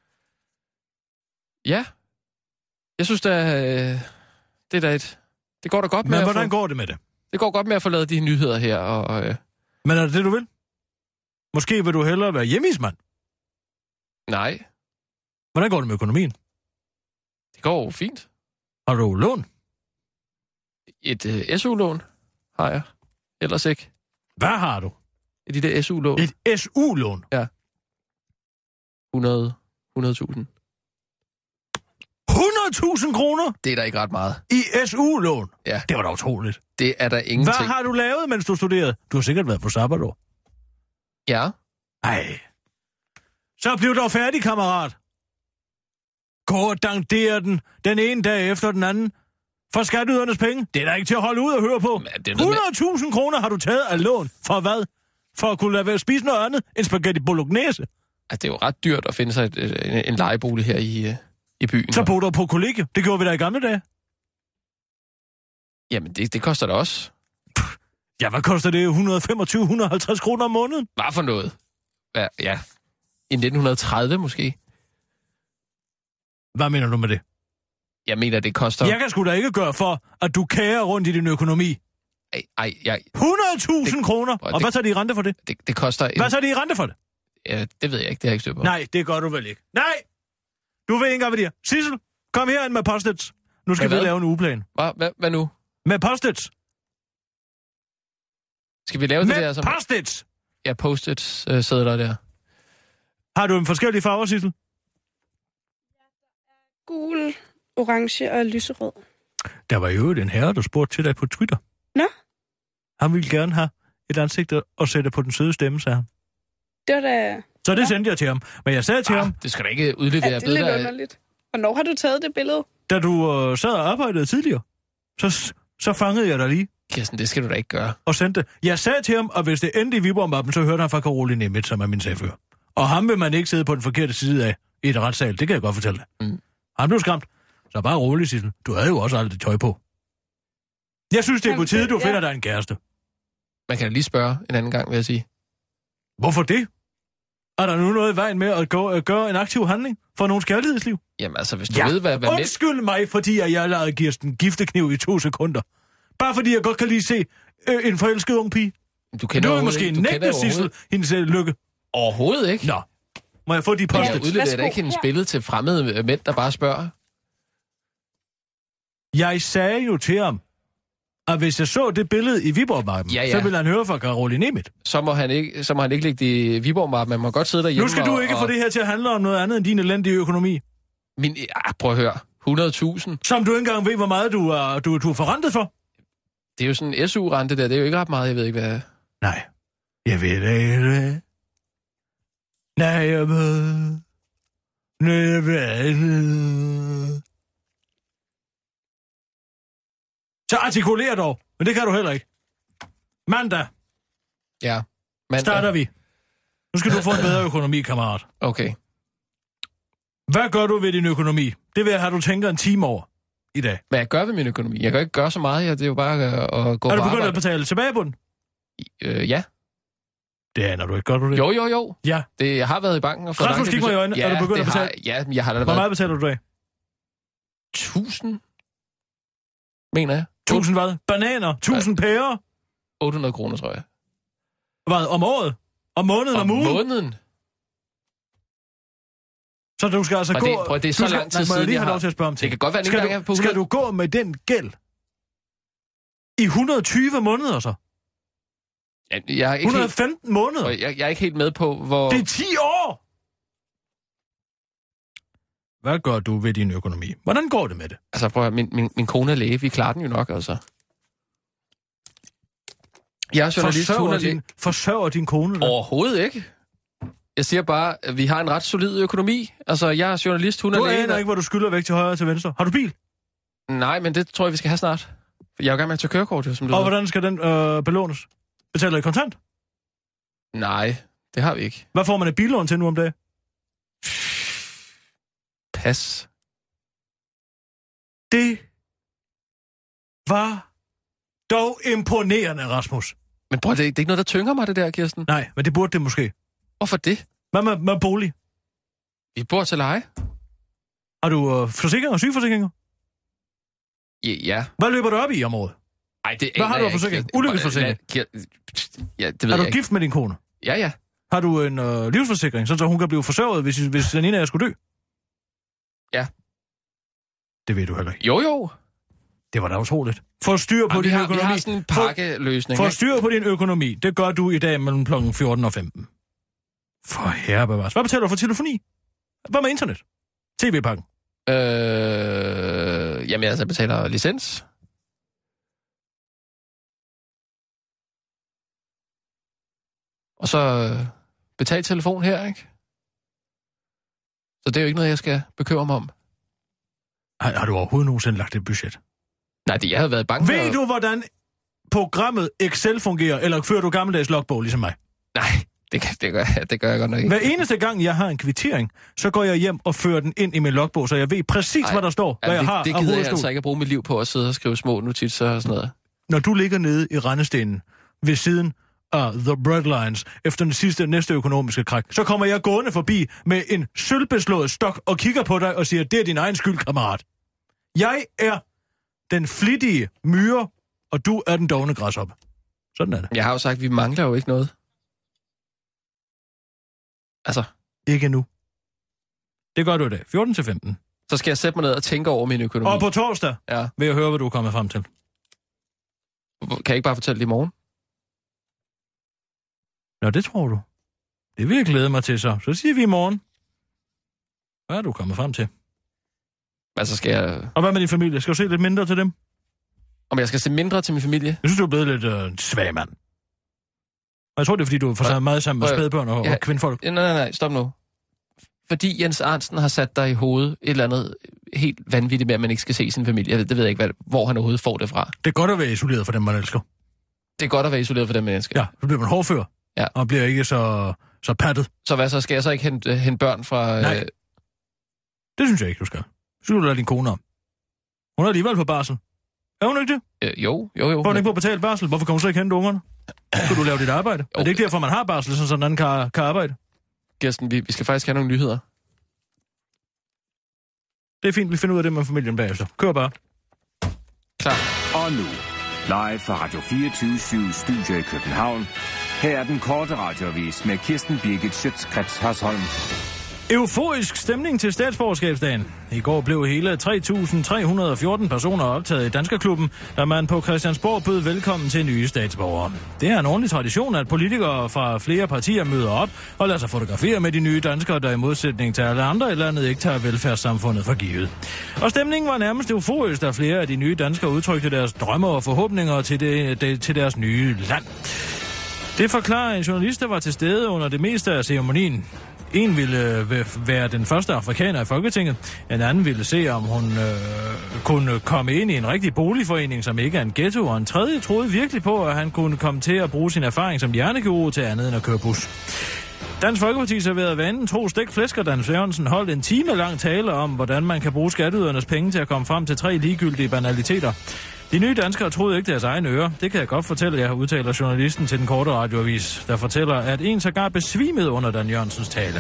Ja. Jeg synes, det er, det er da et... Det går da godt med Men at hvordan få, går det med det? Det går godt med at få lavet de nyheder her, og... Øh, Men er det det, du vil? Måske vil du hellere være hjemmeismand? nej, Hvordan går det med økonomien? det går jo fint. Har du lån? Et øh, S U-lån har jeg. Ellers ikke. Hvad har du? De der S U-lån. Et S U-lån? hundrede tusind. hundrede tusind kroner Det er da ikke ret meget. i S U-lån? Ja. Det var da utroligt. Det er der ingenting. Hvad har du lavet, mens du studerede? Du har sikkert været på sabbatår. Ja. Ej. Så bliv dog færdig, kammerat. Gå og dankdere den, den ene dag efter den anden. For skatteydernes penge. Det er da ikke til at holde ud og høre på. hundrede tusind kroner har du taget af lån. For hvad? For at kunne lade være at spise noget andet end spaghetti bolognese. Altså, det er jo ret dyrt at finde sig et, et, en, en lejebolig her i, uh, i byen. Så boede du på kollegie. Det gjorde vi da i gamle dage. Jamen, det, det koster da også. Ja, hvad koster det? et hundrede og femogtyve til et hundrede og halvtreds kroner om måneden? Hvad for noget? Ja, ja. I nitten tredive måske. Hvad mener du med det? Jeg mener, det koster... Jeg kan sgu da ikke gøre for, at du kærer rundt i din økonomi. Ej, ej, jeg... hundrede tusind kroner! Og, og og det, hvad tager de i rente for det? Det, det koster... En, hvad tager de i rente for det? Ja, det ved jeg ikke. Det har jeg ikke styr på. Nej, det gør du vel ikke. Nej! Du ved ikke engang, hvad det er. Sissel, kom herind med post-its. Nu skal hvad, vi lave en ugeplan. Hvad, hvad, hvad nu? Med post-its. Skal vi lave med det der? Som... post-its! Ja, post-its øh, sædler der. Har du en forskellige farver, Sissel? Gul, orange og lyserød. Der var jo en herre, der spurgte til dig på Twitter. Nå? Han ville gerne have et ansigt og sætte på den søde stemme, sagde han. Det var da... Så det sendte jeg til ham. Men jeg sagde til ah, ham... Det skal da ikke udlevere ja, det er lidt billeder. underligt. Hvornår har du taget det billede? Da du øh, sad og arbejdede tidligere, så, så fangede jeg dig lige. Kirsten, det skal du da ikke gøre. Og sendte. Jeg sagde til ham, og hvis det endte i Viborg-mappen, så hørte han fra Caroline Nemeth, som er min sagfører. Og ham vil man ikke sidde på den forkerte side af i et retssal. Det kan jeg godt fortælle dig. Mm. Han blev skræmt. Så bare rolig, Sissel. Du havde jo også aldrig tøj på. Jeg synes, det er på tide, du finder dig en kæreste. Man kan da lige spørge en anden gang, vil jeg sige. Hvorfor det? Er der nu noget i vejen med at, gå, at gøre en aktiv handling for nogens kærlighedsliv? Jamen altså, hvis du ja. ved, hvad... hvad Undskyld med... mig, fordi jeg lavede Kirsten giftekniv i to sekunder. Bare fordi jeg godt kan lige se øh, en forelsket ung pige. Du kender du vil måske ikke. nægte Sissel hendes uh, lykke. Overhovedet ikke. Nå. Må jeg få de post-its? Jeg udleverer da ikke hendes billede til fremmede mænd, der bare spørger. Jeg sagde jo til ham, at hvis jeg så det billede i Viborg-mappen, ja, ja. så ville han høre fra Caroline Emit. Så må han ikke, så må han ikke lægge det i Viborg-mappen. Man må godt sidde derhjemme. Nu skal du ikke og, få det her til at handle om noget andet end din elendige økonomi. Min, ja, prøv at høre. hundrede tusind. Som du ikke engang ved, hvor meget du er, du, du er forrentet for. Det er jo sådan en S U-rente der. Det er jo ikke ret meget, jeg ved ikke, hvad... Nej. Jeg ved det ikke. Nej, jeg ved... Nej, jeg ved... Så artikuler dog. Men det kan du heller ikke. Mandag. Ja, mandag. Starter vi. Nu skal du få en bedre økonomi, kammerat. Okay. Hvad gør du ved din økonomi? Det vil jeg have, du tænker en time over i dag. Hvad jeg gør ved min økonomi? Jeg kan ikke gøre så meget. Jeg, det er jo bare at, at gå på på arbejde. Er du begyndt arbejde. at betale tilbage på den? Øh, ja. Det aner du ikke. Gør du det? Jo, jo, jo. Ja. Det, jeg har været i banken og fået... Rasmus, kig mig i øjnene. Ja, er du begyndt at betale? Har, ja, jeg har da Hvor været... meget betaler du i dag? Tusind? Mener jeg. Tusind hvad? Bananer? Tusind pærer? otte hundrede kroner, tror jeg. Hvad? Om året? Om måneden? Om om ugen? måneden? Så du skal altså prøv, gå... Det, prøv, det er så skal, lang tid nej, siden, jeg lige jeg have har... lov til at spørge om det kan godt være, at skal, du, du, på hundrede... skal du gå med den gæld i et hundrede og tyve måneder så? Jeg, jeg er ikke et hundrede og femten helt... måneder? Jeg, jeg er ikke helt med på, hvor... Det er ti år! Hvad gør du ved din økonomi? Hvordan går det med det? Altså prøv at, min, min, min kone er læge. Vi klarer den jo nok, altså. Jeg er journalist. Forsørger, er din, forsørger din kone der? Overhovedet ikke. Jeg siger bare, at vi har en ret solid økonomi. Altså, jeg er journalist, hun er du læge. Du aner ikke, hvor du skylder væk til højre og til venstre. Har du bil? Nej, men det tror jeg, vi skal have snart. Jeg er jo gerne med at tage kørekort, jo, som du Og ved. hvordan skal den øh, belånes? Betaler I kontant? Nej, det har vi ikke. Hvad får man et billån til nu om dagen? Pas. Det var dog imponerende, Rasmus. Men prøv, det, det er ikke noget, der tynger mig, det der, Kirsten. Nej, men det burde det måske. Hvorfor det? Hvad med, med bolig? Vi bor til leje. Har du øh, forsikringer, sygeforsikringer? Ja, ja. Hvad løber du op i om året? Ej, det Hvad har du af forsikring? Ulykkesforsikring? Ja, ja, det ved er du jeg gift ikke. med din kone? Ja, ja. Har du en øh, livsforsikring, så hun kan blive forsørget, hvis, hvis den ene af jer skulle dø? Ja. Det ved du heller ikke. Jo, jo. Det var da utroligt. Få styr på Jamen, din vi har, økonomi. Vi har sådan en pakkeløsning. Få styr på din økonomi. Det gør du i dag mellem klokken fjorten og femten. For herrebevares. Hvad betaler du for telefoni? Hvad med internet? T V-pakken? Øh, jamen, altså, jeg betaler licens. Og så øh, betal telefon her, ikke? Så det er jo ikke noget, jeg skal bekymre mig om. Har, har du overhovedet nogensinde lagt et budget? Nej, det jeg havde været i banken. Ved og... du, hvordan programmet Excel fungerer, eller fører du gammeldags logbog ligesom mig? Nej, det, kan, det, gør, jeg, det gør jeg godt nok ikke. Hver eneste gang, jeg har en kvittering, så går jeg hjem og fører den ind i min logbog, så jeg ved præcis, Ej, hvad der står, hvad ja, jeg det, har det af gider jeg hovedstol. altså ikke at bruge mit liv på at sidde og skrive små notitser og sådan noget. Når du ligger nede i rendestenen ved siden af The Breadlines efter den sidste næste økonomiske krak, så kommer jeg gående forbi med en sølvbeslået stok og kigger på dig og siger, det er din egen skyld, kammerat. Jeg er den flittige myre, og du er den dovne græshoppe. Sådan er det. Jeg har jo sagt, at vi mangler jo ikke noget. Altså. Ikke nu. Det gør du i dag. fjorten til femten. Så skal jeg sætte mig ned og tænke over min økonomi. Og på torsdag ja. vil jeg høre, hvad du er kommet frem til. Kan jeg ikke bare fortælle det i morgen? Nå, det tror du. Det vil jeg glæde mig til så. Så siger vi i morgen. Hvad er du kommet frem til? Altså skal jeg... Og hvad med din familie? Skal du se lidt mindre til dem? Om jeg skal se mindre til min familie? Jeg synes, du er blevet lidt øh, svag mand. Og jeg tror, det er, fordi du får meget sammen med spædbørn og, ja, og kvindfolk. Nej, nej, nej, stop nu. Fordi Jens Arntzen har sat dig i hovedet et eller andet helt vanvittigt med, at man ikke skal se sin familie. Jeg ved, det ved jeg ikke, hvad, hvor han overhovedet får det fra. Det er godt at være isoleret for dem, man elsker. Det er godt at være isoleret for dem, man elsker. Ja, så bliver man hårdfør. Ja. Og bliver ikke så, så pattet. Så hvad så? Skal jeg så ikke hente, hente børn fra... Nej. Øh... Det synes jeg ikke, du skal. Så skal du lade din kone om. Hun er alligevel på barsel. Er hun ikke det? Øh, jo, jo, jo. Får hun ikke på betalt barsel? Hvorfor kan hun så ikke hente ungerne? Skal du lave dit arbejde? Jo. Er det ikke derfor, man har barsel, så sådan anden kan, kan arbejde? Kirsten, vi, vi skal faktisk have nogle nyheder. Det er fint, vi finder ud af det med familien bagefter. Kør bare. Klar. Og nu, live fra Radio fireogtyve syv Studio i København. Her er den korte radioavis med Kirsten Birgit Schøtz-Krets Hørsholm. Euforisk stemning til statsborgerskabsdagen. I går blev hele tre tusind tre hundrede og fjorten personer optaget i Danskerklubben, da man på Christiansborg bød velkommen til nye statsborgere. Det er en ordentlig tradition, at politikere fra flere partier møder op og lader sig fotografere med de nye danskere, der i modsætning til alle andre i landet ikke tager velfærdssamfundet for givet. Og stemningen var nærmest euforisk, da flere af de nye danskere udtrykte deres drømme og forhåbninger til, det, det, til deres nye land. Det forklarer en journalist, der var til stede under det meste af ceremonien. En ville være den første afrikaner i Folketinget. En anden ville se, om hun øh, kunne komme ind i en rigtig boligforening, som ikke er en ghetto. Og en tredje troede virkelig på, at han kunne komme til at bruge sin erfaring som hjernekirurg til andet end at køre bus. Dansk Folkeparti serverede vanen tro stegt flæsk, og Dan Sørensen holdt en time lang tale om, hvordan man kan bruge skatteydernes penge til at komme frem til tre ligegyldige banaliteter. De nye danskere troede ikke deres egne ører. Det kan jeg godt fortælle jer, udtaler journalisten til den korte radioavis, der fortæller, at en sågar besvimede under Dan Jørgensens tale.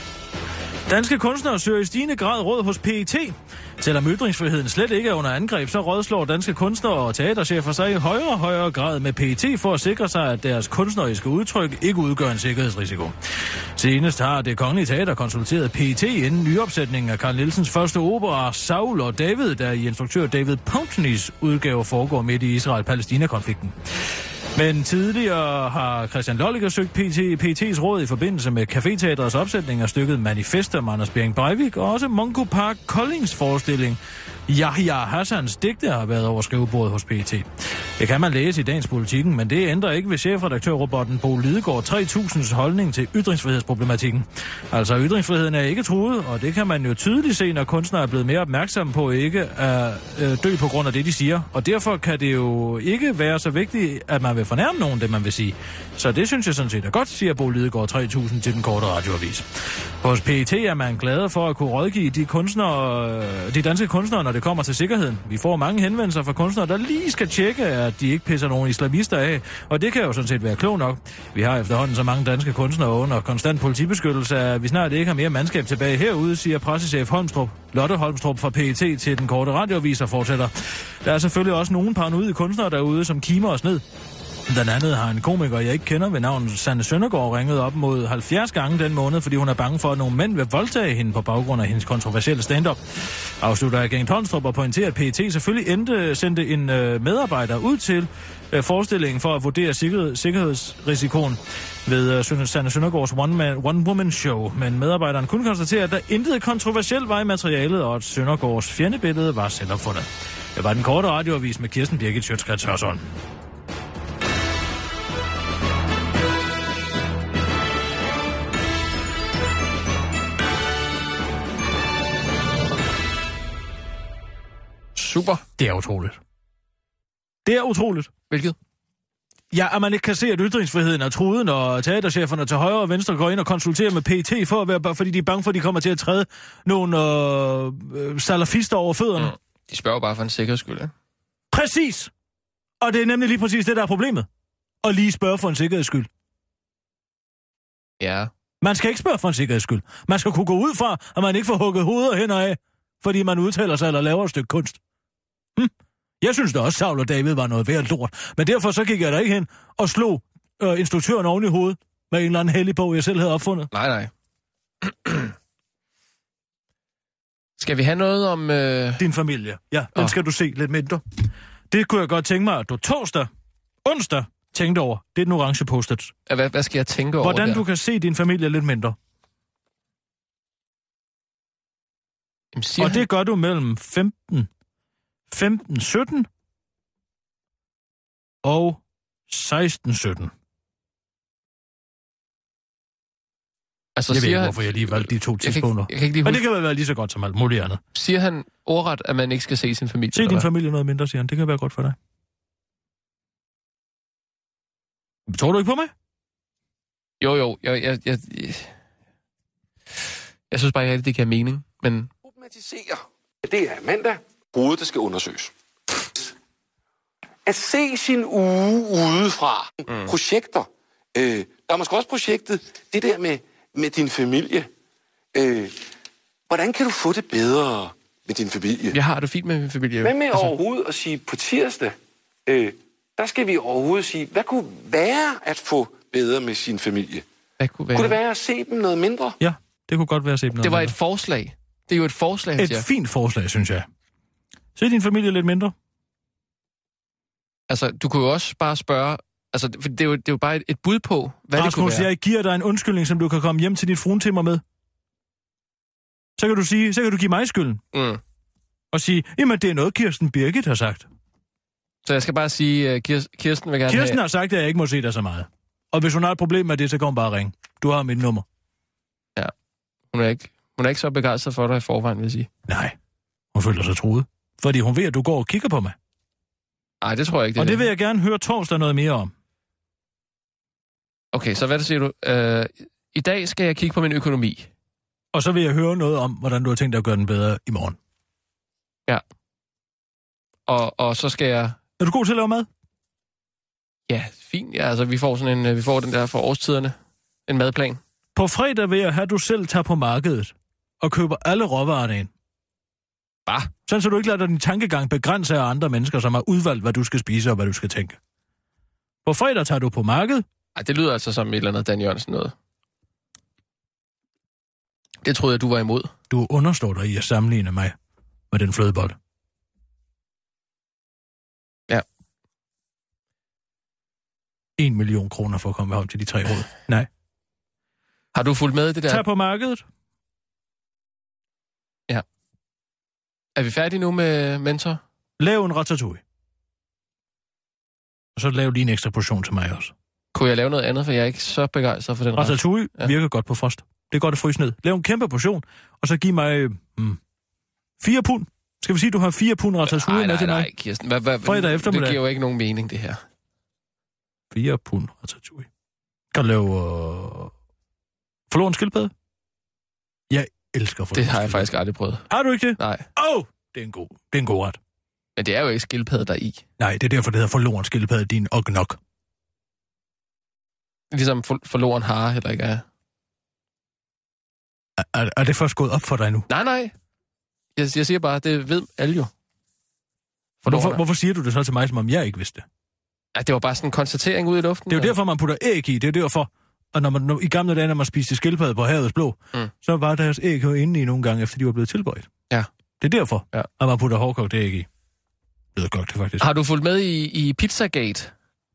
Danske kunstnere søger i stigende grad råd hos P E T. Selvom ytringsfriheden slet ikke er under angreb, så rådslår danske kunstnere og teaterchefer sig i højere og højere grad med P E T for at sikre sig, at deres kunstneriske udtryk ikke udgør en sikkerhedsrisiko. Senest har Det Kongelige Teater konsulteret P E T inden nyopsætningen af Carl Nielsens første opera, Saul og David, der i instruktør David Pountneys udgave foregår midt i Israel-Palæstina-konflikten. Men tidligere har Christian Lolliger søgt P E T's råd i forbindelse med Caféteatrets opsætning af stykket Manifest af Anders Bering Breivik, og også Mungo Park Koldings forestilling Yahya Hassans digte har været over skrivebordet hos P E T. Det kan man læse i dagens Politikken, men det ændrer ikke ved chefredaktør-robotten Bo Lidegaard tre tusind's holdning til ytringsfrihedsproblematikken. Altså, ytringsfriheden er ikke truet, og det kan man jo tydeligt se, når kunstnere er blevet mere opmærksomme på ikke at øh, dø på grund af det, de siger. Og derfor kan det jo ikke være så vigtigt, at man vil fornærme nogen, det man vil sige. Så det synes jeg sådan set er godt, siger Bo Lidegaard tre tusind til den korte radioavis. Hos P E T er man glad for at kunne rådgive de, kunstnere, de danske kunstnere, når det kommer til sikkerheden. Vi får mange henvendelser fra kunstnere, der lige skal tjekke, at de ikke pisser nogen islamister af, og det kan jo sådan set være klogt nok. Vi har efterhånden så mange danske kunstnere under konstant politibeskyttelse, at vi snart ikke har mere mandskab tilbage herude, siger pressechef Holmstrup. Lotte Holmstrup fra P E T til den korte radioavis og fortsætter. Der er selvfølgelig også nogle paranoide kunstnere derude, som kimer os ned. Blandt andet har en komiker, jeg ikke kender ved navn Sanne Søndergaard, ringet op mod halvfjerds gange den måned, fordi hun er bange for, at nogle mænd vil voldtage hende på baggrund af hendes kontroversielle stand-up. Afslutter agent Holmstrup og pointerer, at P E T selvfølgelig endte, sendte en øh, medarbejder ud til øh, forestillingen for at vurdere sikkerhed, sikkerhedsrisikoen ved øh, Sanne Søndergaards one-woman-show. Men medarbejderen kunne konstatere, at der intet kontroversielt var i materialet, og at Søndergaards fjendebillede var selvopfundet. Det var den korte radioavis med Kirsten Birgit Schøtz-Krets Hørsholm. Super. Det er utroligt. Det er utroligt. Hvilket? Ja, at man ikke kan se, at ytringsfriheden er truet, når teatercheferne til højre og venstre går ind og konsulterer med P E T, for at være, fordi de er bange for, at de kommer til at træde nogle øh, salafister over fødderne. Mm. De spørger bare for en sikkerheds skyld, ikke? Præcis! Og det er nemlig lige præcis det, der er problemet. At lige spørge for en sikkerheds skyld. Ja. Man skal ikke spørge for en sikkerheds skyld. Man skal kunne gå ud fra, at man ikke får hugget hoveder hen af, fordi man udtaler sig eller laver et stykke kunst. Hm? Jeg synes da også, Saul og David var noget værd lort. Men derfor så gik jeg da ikke hen og slog øh, instruktøren oven i hovedet med en eller anden hellig bog, jeg selv havde opfundet. Nej, nej. Skal vi have noget om... Øh... Din familie. Ja, den oh. skal du se lidt mindre. Det kunne jeg godt tænke mig, at du torsdag, onsdag tænkte over. Det er den orange post-it. Hvad, hvad skal jeg tænke over Hvordan der? du kan se din familie lidt mindre. Jamen, siger og han... det gør du mellem femten, femten sytten og seksten sytten. Altså, jeg ved ikke, han... hvorfor jeg lige valgte de to tidspunkter. Jeg kan ikke lige Men det kan være lige så godt som alt muligt andet. Siger han ordret, at man ikke skal se sin familie? Se din familie noget mindre, siger han. Det kan være godt for dig. Tror du ikke på mig? Jo, jo. Jeg, jeg, jeg, jeg, jeg synes bare ikke, at det giver mening, men... Problematisere. Det er mandag. hovedet, der skal undersøges. At se sin uge udefra. Mm. Projekter. Øh, der er måske også projektet, det der med, med din familie. Øh, hvordan kan du få det bedre med din familie? Jeg har det fint med min familie. Hvad med altså... overhovedet at sige på tirsdag, øh, der skal vi overhovedet sige, hvad kunne være at få bedre med sin familie? Hvad kunne være? Kunne det være at se dem noget mindre? Ja, det kunne godt være at se dem noget Det var mindre. et forslag. Det er jo et forslag, Et fint forslag, synes jeg. Se din familie lidt mindre. Altså, du kunne jo også bare spørge... Altså, for det er jo, det er jo bare et, et bud på, hvad Rasmus, det kunne være. jeg giver dig en undskyldning, som du kan komme hjem til dit fruentimmer med. Så kan du sige, så kan du give mig skylden. Mm. Og sige, jamen det er noget, Kirsten Birgit har sagt. Så jeg skal bare sige, uh, Kirsten vil gerne Kirsten have... har sagt, at jeg ikke må se dig så meget. Og hvis hun har et problem med det, så kan hun bare ringe. Du har mit nummer. Ja, hun er ikke, hun er ikke så begejstret for dig i forvejen, vil jeg sige. Nej, hun føler sig truet. Fordi hun ved, at du går og kigger på mig. Nej, det tror jeg ikke. Det og det, det vil jeg gerne høre torsdag noget mere om. Okay, så hvad siger du? Uh, I dag skal jeg kigge på min økonomi. Og så vil jeg høre noget om, hvordan du har tænkt dig at gøre den bedre i morgen. Ja. Og, og så skal jeg... Er du god til at lave mad? Ja, fint. Ja, altså, vi får sådan en, vi får den der for årstiderne. En madplan. På fredag vil jeg have, at du selv tager på markedet og køber alle råvarerne ind. Hvad? Sådan, så du ikke lader din tankegang begrænse af andre mennesker, som har udvalgt, hvad du skal spise og hvad du skal tænke. På fredag tager du på markedet. Ej, det lyder altså som et eller andet Dan Jørgensen noget. Det troede jeg, du var imod. Du understår dig i at sammenligne mig med den flødebolle. Ja. En million kroner for at komme om til de tre råd. Nej. Har du fulgt med i det der? Tag på markedet. Ja. Er vi færdige nu med mentor? Lav en ratatouille. Og så lav lige en ekstra portion til mig også. Kunne jeg lave noget andet, for jeg er ikke så begejstret for den ret? Ratatouille ja. virker godt på frost. Det er godt at fryse ned. Lav en kæmpe portion, og så giv mig mm, fire pund. Skal vi sige, at du har fire pund ratatouille med til mig? Nej, nej, Kirsten. Hvad, hvad, fredag eftermiddag. Det giver jo ikke nogen mening, det her. Fire pund ratatouille. Kan du lave uh... forloren skildpadde? Jeg elsker forloren. Det har jeg faktisk aldrig prøvet. Har du ikke det? Nej. Åh, oh, det er en god, det er en god ret. Men det er jo ikke skildpadde der i. Nej, det er derfor, det hedder forloren skildpadde, din og nok. Ligesom for, forloren hare heller ikke er. Er, er det først gået op for dig nu? Nej, nej. Jeg, jeg siger bare, det ved alle jo. Hvorfor, hvorfor siger du det så til mig, som om jeg ikke vidste det? Ja, det var bare sådan en konstatering ud i luften. Det er jo derfor, man putter æg i. Det er derfor, og når man, når, i gamle dage, når man spiste skildpadde på havets blå, mm. så var deres æg jo inde i nogle gange, efter de var blevet tilberedt. Ja. Det er derfor, ja. at man putter hårdkogt æg i. Det er godt, det faktisk. Har du fulgt med i, i Pizzagate?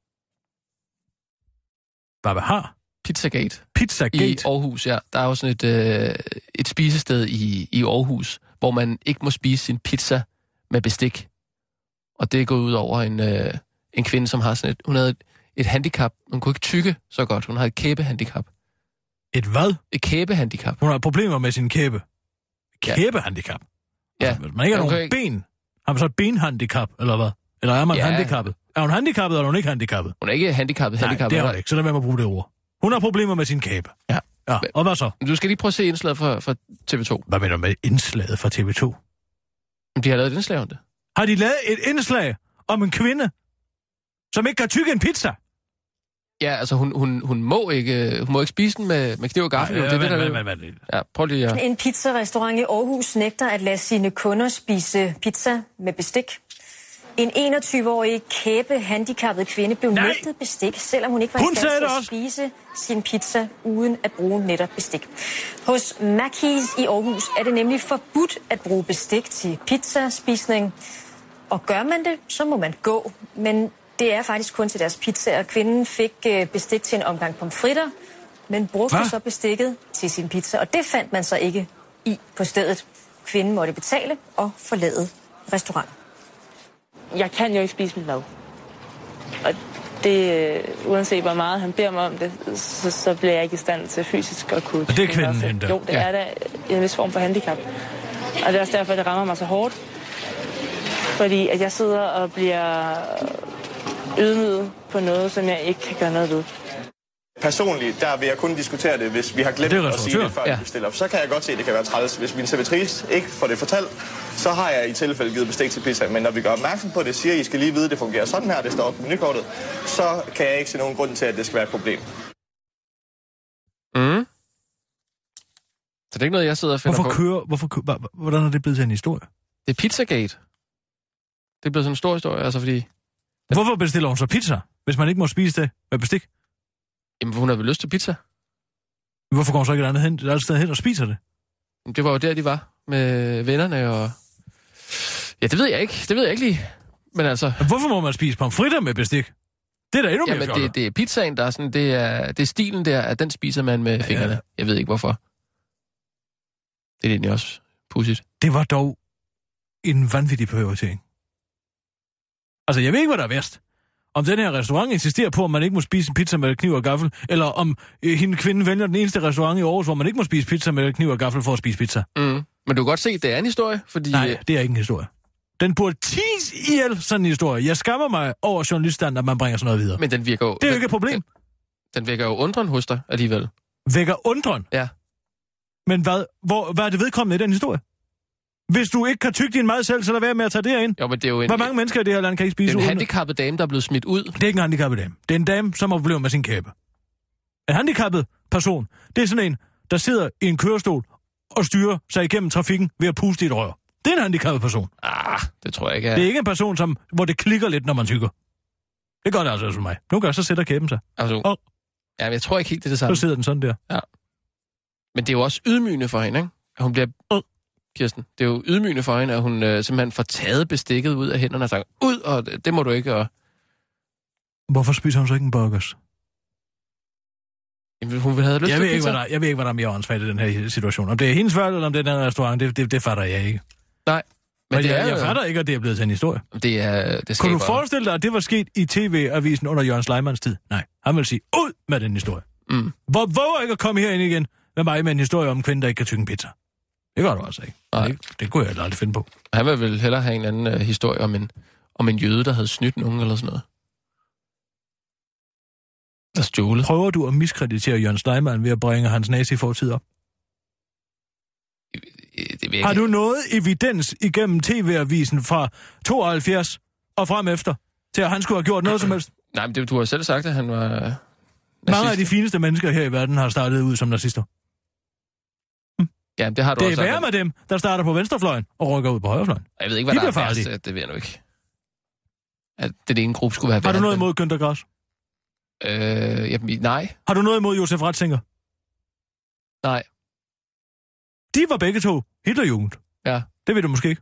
Hvad har? Pizzagate. Pizzagate? I Aarhus, ja. Der er jo sådan et, øh, et spisested i, i Aarhus, hvor man ikke må spise sin pizza med bestik. Og det er gået ud over en, øh, en kvinde, som har sådan et... Hun havde et, et handicap. Hun kunne ikke tykke så godt. Hun havde et kæbehandicap. Et hvad? Et kæbehandicap. Hun har problemer med sin kæbe. Kæbehandicap? Ja. Altså, hvis man ikke har nogen ikke... ben, har man så et benhandicap, eller hvad? Eller er man ja. handicappet? Er hun handicappet, eller er hun ikke handicappet? Hun er ikke handicappet. Nej, handicappet. det er hun ikke, så lad være med at bruge det ord. Hun har problemer med sin kæbe. Ja. Ja, og hvad så? Du skal lige prøve at se indslaget fra, fra T V to. Hvad mener du med indslaget fra T V to? De har lavet et indslag om det. Har de lavet et indslag om en kvinde, som ikke kan tygge en pizza? Ja, altså hun, hun, hun, må, ikke, hun må ikke spise den med, med kniv og gaffel. Ja, det er det, der hvad, hvad, hvad, hvad? Ja, prøv lige at... En pizzarestaurant i Aarhus nægter at lade sine kunder spise pizza med bestik. En enogtyve-årig kæbe-handicappet kvinde blev Nej. nægtet bestik, selvom hun ikke var i stand til at spise sin pizza uden at bruge netop bestik. Hos Mackey's i Aarhus er det nemlig forbudt at bruge bestik til pizzaspisning. Og gør man det, så må man gå. Men det er faktisk kun til deres pizza, og kvinden fik bestik til en omgang pomfritter, men brugte Hva? så bestikket til sin pizza, og det fandt man så ikke i på stedet. Kvinden måtte betale og forlade restauranten. Jeg kan jo ikke spise mit mad. Og det, uanset hvor meget han beder mig om det, så, så bliver jeg ikke i stand til fysisk at kunne... Og det er kvinden hente? Jo, det ja. er da en vis form for handicap. Og det er også derfor, det rammer mig så hårdt. Fordi at jeg sidder og bliver ydmyget på noget, som jeg ikke kan gøre noget ved. personligt, der vil jeg kun diskutere det, hvis vi har glemt at sige det, før ja. vi stiller op. Så kan jeg godt se, at det kan være træls. Hvis min servitrice ikke får det fortalt, så har jeg i tilfælde givet bestik til pizza. Men når vi gør opmærksom på det, siger, at I skal lige vide, at det fungerer sådan her, det står på menukortet, så kan jeg ikke se nogen grund til, at det skal være et problem. Mm. Så det er ikke noget, jeg sidder og finder hvorfor på. Kører, hvorfor kører, hvordan er det blevet til en historie? Det er Pizzagate. Det er blevet sådan en stor historie, altså fordi... Hvorfor bestiller hun så pizza, hvis man ikke må spise det med bestik? Jamen, hun har vel lyst til pizza. Hvorfor går hun så ikke et andet, hen, et andet sted hen og spiser det? Det var jo der, de var med vennerne og... Ja, det ved jeg ikke. Det ved jeg ikke lige. Men altså... Hvorfor må man spise pomfritter med bestik? Det er da endnu mere Jamen, det, det er pizzaen, der er sådan... Det er, det er stilen der, at den spiser man med fingrene. Ja. Jeg ved ikke, hvorfor. Det er egentlig også pudsigt. Det var dog en vanvittig prioritering. Altså, jeg ved ikke, hvad der er værst. Om den her restaurant insisterer på, at man ikke må spise en pizza med kniv og gaffel, eller om øh, hende kvinde vælger den eneste restaurant i Aarhus, hvor man ikke må spise pizza med kniv og gaffel for at spise pizza. Mm. Men du kan godt se, at det er en historie, fordi... Nej, det er ikke en historie. Den burde tis ihjel, sådan en historie. Jeg skammer mig over journalisterne, at man bringer sådan noget videre. Men den virker jo... Det er jo ikke et problem. Den, den vækker jo undren hos dig alligevel. Vækker undren? Ja. Men hvad, hvor, hvad er det vedkommende i den historie? Hvis du ikke kan tygge din mad selv, så lad være med at tage det ind. Jo, men det er jo en... Hvor mange mennesker i det her land kan ikke spise uden? Det er en handicappet dame, der er blevet smidt ud. Det er ikke en handicappet dame. Det er en dame, som har problemer med sin kæbe. En handicappet person, det er sådan en, der sidder i en kørestol og styrer sig igennem trafikken ved at puste i et rør. Det er en handicappet person. Ah, det tror jeg ikke. Ja. Det er ikke en person, som, hvor det klikker lidt, når man tykker. Det gør det altså for mig. Nogle gange så sætter kæben sig. Altså, og, ja, men jeg tror ikke helt, det er det samme. Så sidder den sådan der. Ja. Men det er jo også ydmygende for hende, ikke? At hun bliver... Uh. Kirsten, det er jo ydmygende for hende, at hun øh, simpelthen får taget bestikket ud af hænderne og sagt, ud, og det, det må du ikke. Og... Hvorfor spiser hun så ikke en burgers? Jamen, hun ville have lyst jeg til ved pizza. Ikke, hvad der, jeg ved ikke, hvad der er mere åndsfærdigt i den her situation. Om det er hendes valg, eller om det er den restaurant, det, det, det fatter jeg ikke. Nej. Men, men det jeg, er, jeg fatter ikke, at det er blevet til en historie. Det er... Det Kunne du forestille dig, at det var sket i T V-avisen under Jørgen Sleimanns tid? Nej, han vil sige, ud med den historie. Mm. Hvor våger ikke at komme herind igen med mig med en historie om en kvinde, der ikke kan tygge en pizza? Det gør du altså ikke. Nej. Det, det kunne jeg aldrig finde på. Han vil vel hellere have en anden uh, historie om en, om en jøde, der havde snydt nogen eller sådan noget. Der stjålet. Prøver du at miskreditere Jørgen Sleimann ved at bringe hans nazi-fortid op? Det vil jeg Har du noget evidens igennem T V-avisen fra tooghalvfjerds og frem efter, til at han skulle have gjort noget som helst? Nej, men det, du har selv sagt, at han var nazist. Mange af de fineste mennesker her i verden har startet ud som nazister. Ja, det har du det også. Det er værre med dem, der starter på venstrefløjen og rykker ud på højrefløjen. Jeg ved ikke, hvad de der er værst, at det ved jeg nu ikke. At det ene gruppe skulle være værre. Har du noget imod Günther Grass? Øh, jamen, nej. Har du noget imod Josef Ratzinger? Nej. De var begge to Hitlerjugend. Ja. Det ved du måske ikke.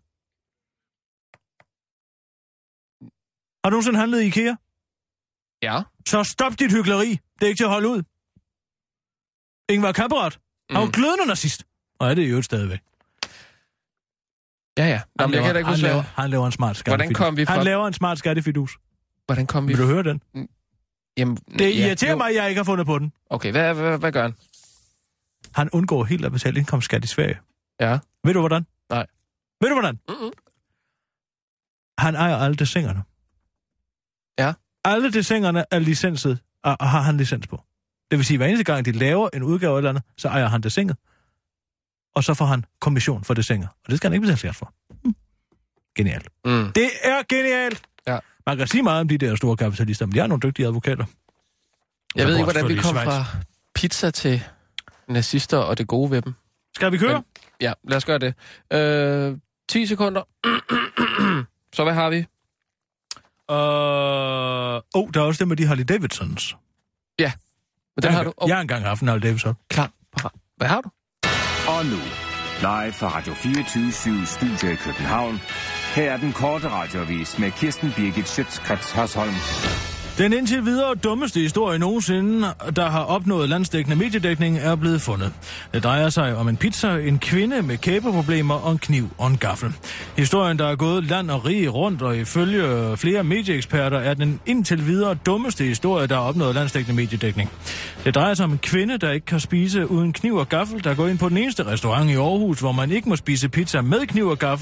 Har du nogensinde handlet i IKEA? Ja. Så stop dit hykleri. Det er ikke til at holde ud. Ingvar Kamprad. Han var mm. glødende nazist. Og er det jo stadigvæk. Ja, ja. Nå, Han, laver, jeg kan ikke han, laver, han laver en smart skattefidus. Hvordan kom vi fra... Han laver en smart skattefidus. Hvordan kom vi... Vil du høre den? Jamen, det irriterer ja, mig, at jeg ikke har fundet på den. Okay, hvad, hvad, hvad gør han? Han undgår helt at betale indkomstskat i Sverige. Ja. Ved du hvordan? Nej. Ved du hvordan? Mm-mm. Han ejer alle dessingerne. Ja. Alle dessingerne er licenset, og har han licens på. Det vil sige, at hver eneste gang, de laver en udgave eller andet, så ejer han dessinget. Og så får han kommission for dessinger. Og det skal han ikke betale skat for. Hm. Genialt. Mm. Det er genialt! Ja. Man kan sige meget om de der store kapitalister, men de er nogle dygtige advokater. Jeg ved ikke, hvordan vi kom fra pizza til nazister og det gode ved dem. Skal vi køre? Men, ja, lad os gøre det. Øh, ti sekunder. Så hvad har vi? Øh, uh, oh, der er også det med de Harley Davidsons. Ja. Men den jeg, har du. Oh. Jeg har engang haft en Harley Davidson. Klar. Hvad har du? Og nu, live fra Radio fireogtyve syv Studio i København. Her er den korte radioavis med Kirsten Birgit Schøtz-Krets Hørsholm. Den indtil videre dummeste historie nogensinde, der har opnået landsdækkende mediedækning, er blevet fundet. Det drejer sig om en pizza, en kvinde med kæbeproblemer og en kniv og en gaffel. Historien, der er gået land og rige rundt, og ifølge flere medieeksperter, er den indtil videre dummeste historie, der har opnået landsdækkende mediedækning. Det drejer sig om en kvinde, der ikke kan spise uden kniv og gaffel, der går ind på den eneste restaurant i Aarhus, hvor man ikke må spise pizza med kniv og gaffel,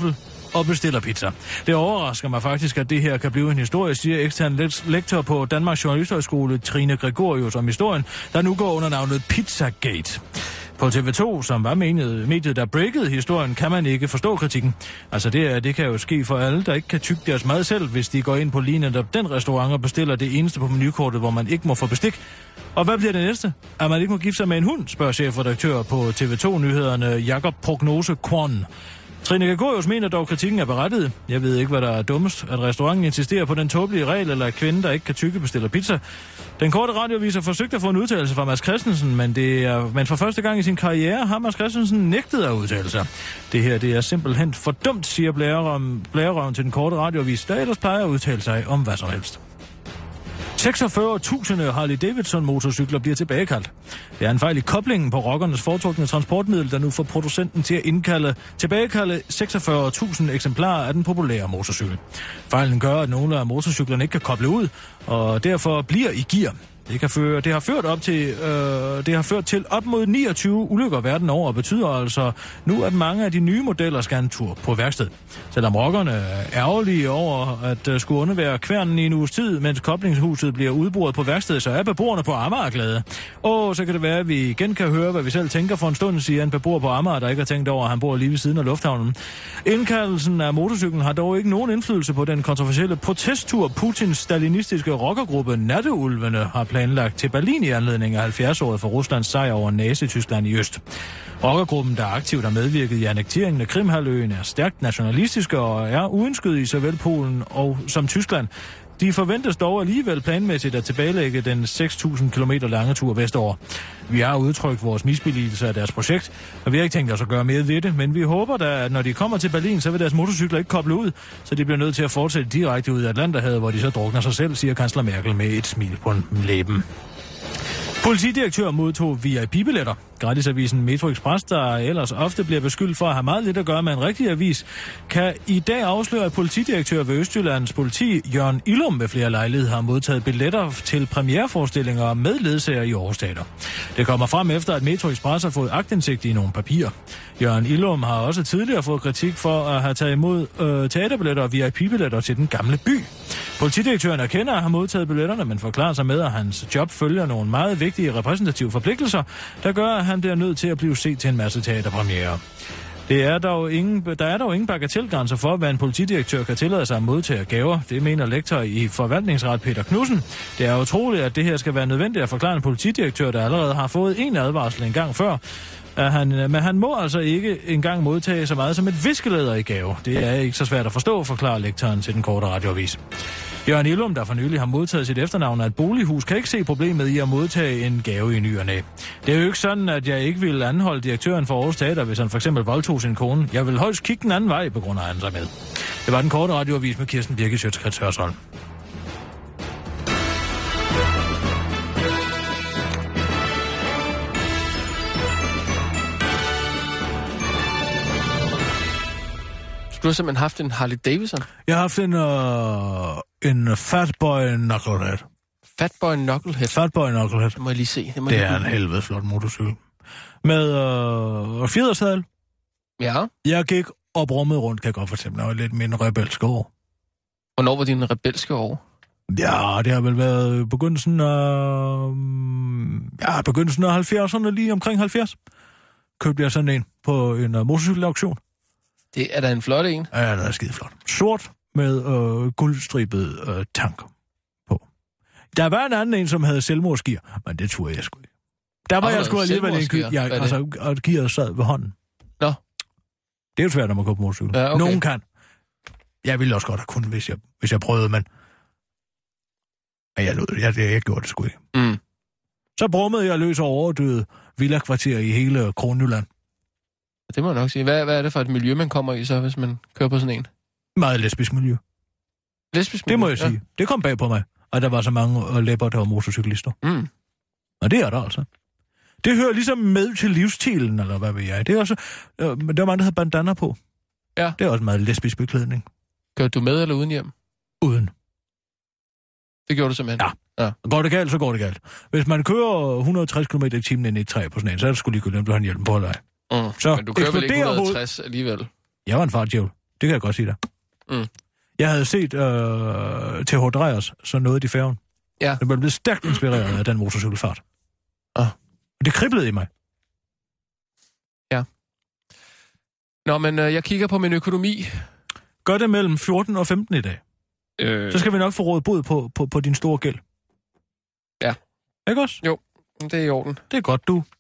og bestiller pizza. Det overrasker mig faktisk, at det her kan blive en historie, siger ekstern lektor på Danmarks Journalisthøjskole Trine Gregorius om historien, der nu går under navnet Pizzagate. På T V to, som var mediet, mediet, der breakede historien, kan man ikke forstå kritikken. Altså det, det kan jo ske for alle, der ikke kan tygge deres mad selv, hvis de går ind på lige netop den restaurant og bestiller det eneste på menukortet, hvor man ikke må få bestik. Og hvad bliver det næste? At man ikke må gifte sig med en hund, spørger chefredaktør på T V to-nyhederne Jakob Prognose Kwon. Trine Gregorius mener dog, kritikken er berettiget. Jeg ved ikke, hvad der er dummest, at restauranten insisterer på den tåbelige regel, eller at kvinden, der ikke kan tygge, bestiller pizza. Den korte radioavis har forsøgt at få en udtalelse fra Mads Christensen, men, det er, men for første gang i sin karriere har Mads Christensen nægtet at udtale sig. Det her det er simpelthen for dumt, siger blærerøven til den korte radioavis, der ellers plejer at udtale sig om hvad som helst. seksogfyrre tusind Harley Davidson motorcykler bliver tilbagekaldt. Det er en fejl i koblingen på rockernes foretrukne transportmiddel, der nu får producenten til at indkalde, tilbagekalde seksogfyrre tusind eksemplarer af den populære motorcykel. Fejlen gør, at nogle af motorcyklerne ikke kan koble ud, og derfor bliver i gear. Det, kan føre, det, har ført op til, øh, det har ført til op mod niogtyve ulykker verden over, og betyder altså nu, at mange af de nye modeller skal en tur på værksted. Selvom rockerne er ærgerlige over at uh, skulle undvære kværnen i en uges tid, mens koblingshuset bliver udboret på værkstedet, så er beboerne på Amager glade. Og så kan det være, at vi igen kan høre, hvad vi selv tænker for en stund, siger en beboer på Amager, der ikke har tænkt over, at han bor lige ved siden af lufthavnen. Indkaldelsen af motorcyklen har dog ikke nogen indflydelse på den kontroversielle protesttur, Putins stalinistiske rockergruppe Natteulvene har planlagt til Berlin i anledning af halvfjerds-året for Ruslands sejr over Nazi-Tyskland i øst. Rockergruppen, der aktivt har medvirket i annekteringen af Krimhalvøen, er stærkt nationalistiske og er uønsket i såvel Polen og som Tyskland. De forventes dog alligevel planmæssigt at tilbagelægge den seks tusind kilometer lange tur vestover. Vi har udtrykt vores misbilligelse af deres projekt, og vi har ikke tænkt os at gøre mere ved det, men vi håber da, at når de kommer til Berlin, så vil deres motorcykler ikke koble ud, så de bliver nødt til at fortsætte direkte ud af Atlanterhavet, hvor de så drukner sig selv, siger kansler Merkel med et smil på læben. Politidirektør modtog V I P-billetter. Gratisavisen Metro Express, der ellers ofte bliver beskyldt for at have meget lidt at gøre med en rigtig avis, kan i dag afsløre, at politidirektør ved Østjyllands politi, Jørgen Illum, med flere lejligheder har modtaget billetter til premiereforestillinger med ledsager i Aarhus Teater. Det kommer frem efter, at Metro Express har fået aktindsigt i nogle papirer. Jørgen Illum har også tidligere fået kritik for at have taget imod øh, teaterbilletter og V I P-billetter til den gamle by. Politidirektøren erkender at have modtaget billetterne, men forklarer sig med, at hans job følger nogle meget vigtige repræsentative forpligtelser, der gør, at han bliver nødt til at blive set til en masse teaterpremierer. Det er dog ingen, der er dog ingen bagatelgrænser for, hvad en politidirektør kan tillade sig at modtage gaver. Det mener lektor i forvaltningsret Peter Knudsen. Det er utroligt, at det her skal være nødvendigt at forklare en politidirektør, der allerede har fået en advarsel en gang før. Han, men han må altså ikke engang modtage så meget som et viskelæder i gave. Det er ikke så svært at forstå, forklarer lektoren til den korte radioavis. Jørgen Illum, der for nylig har modtaget sit efternavn af et bolighus, kan ikke se problemet i at modtage en gave i ny og næ. Det er jo ikke sådan, at jeg ikke vil anholde direktøren for Aarhus Teater, hvis han for eksempel voldtog sin kone. Jeg vil højst kigge den anden vej, på grund af han sig med. Det var den korte radioavis med Kirsten Birgit Schøtz-Krets Hørsholm. Du har simpelthen haft en Harley Davidson? Jeg har haft en, øh, en Fatboy Knucklehead. Fatboy Knucklehead? Fatboy Knucklehead. Det må jeg lige se. Det, må det jeg er en helvede flot motorcykel. Med øh, fjedersadel. Ja. Jeg gik og brummede rundt, kan jeg godt fortælle. Jeg var lidt min rebelske år. Hvornår var dine rebelske år? Ja, det har vel været begyndelsen af... Ja, begyndelsen af halvfjerdserne, lige omkring halvfjerds. Købte jeg sådan en på en uh, motorcykelauktion. Det er da en flot en. Ja, det er skide flot. Sort med øh, guldstribet øh, tank på. Der var en anden en, som havde selvmordsgear, men det turde jeg sgu ikke. Der var oh, jeg sgu alligevel en gear, ja, altså, og gearet sad ved hånden. Nå. Det er jo svært, når man går på motorcykel. Ja, okay. Nogen kan. Jeg ville også godt have kunnet, hvis jeg, hvis jeg prøvede, men... Men jeg, jeg, jeg, jeg gjorde det sgu ikke. Mm. Så brummede jeg løs og overdøde villakvarter i hele Kronjylland. Det må jeg nok sige. Hvad, hvad er det for et miljø, man kommer i så, hvis man kører på sådan en? Meget lesbisk miljø. Lesbisk miljø? Det må jeg ja. sige. Det kom bag på mig, at der var så mange læpper, der var motorcyklister. Mm. Og det er der altså. Det hører ligesom med til livsstilen, eller hvad ved jeg. Det er også, øh, der er mange, der har bandana på. Ja. Det er også meget lesbisk beklædning. Kørte du med eller uden hjem? Uden. Det gjorde du simpelthen? Ja. ja. Går det galt, så går det galt. Hvis man kører et hundrede og tres kilometer i timen ind i et træ på sådan en, så er det sgu lige glemt, du har en hjelm på eller ej. Mm. Så men du kører vel ikke et hundrede og tres hoved... alligevel? Jeg var en fartjævel. Det kan jeg godt sige dig. Mm. Jeg havde set øh, T H Drejers, så noget i færgen. Ja. Jeg blev blevet stærkt inspireret af den motorcykelfart. Ah. Og det kriblede i mig. Ja. Nå, men øh, jeg kigger på min økonomi. Gør det mellem fjorten og femten i dag. Øh... Så skal vi nok få rådet bod på, på, på din store gæld. Ja. Ikke også? Jo, det er i orden. Det er godt, du.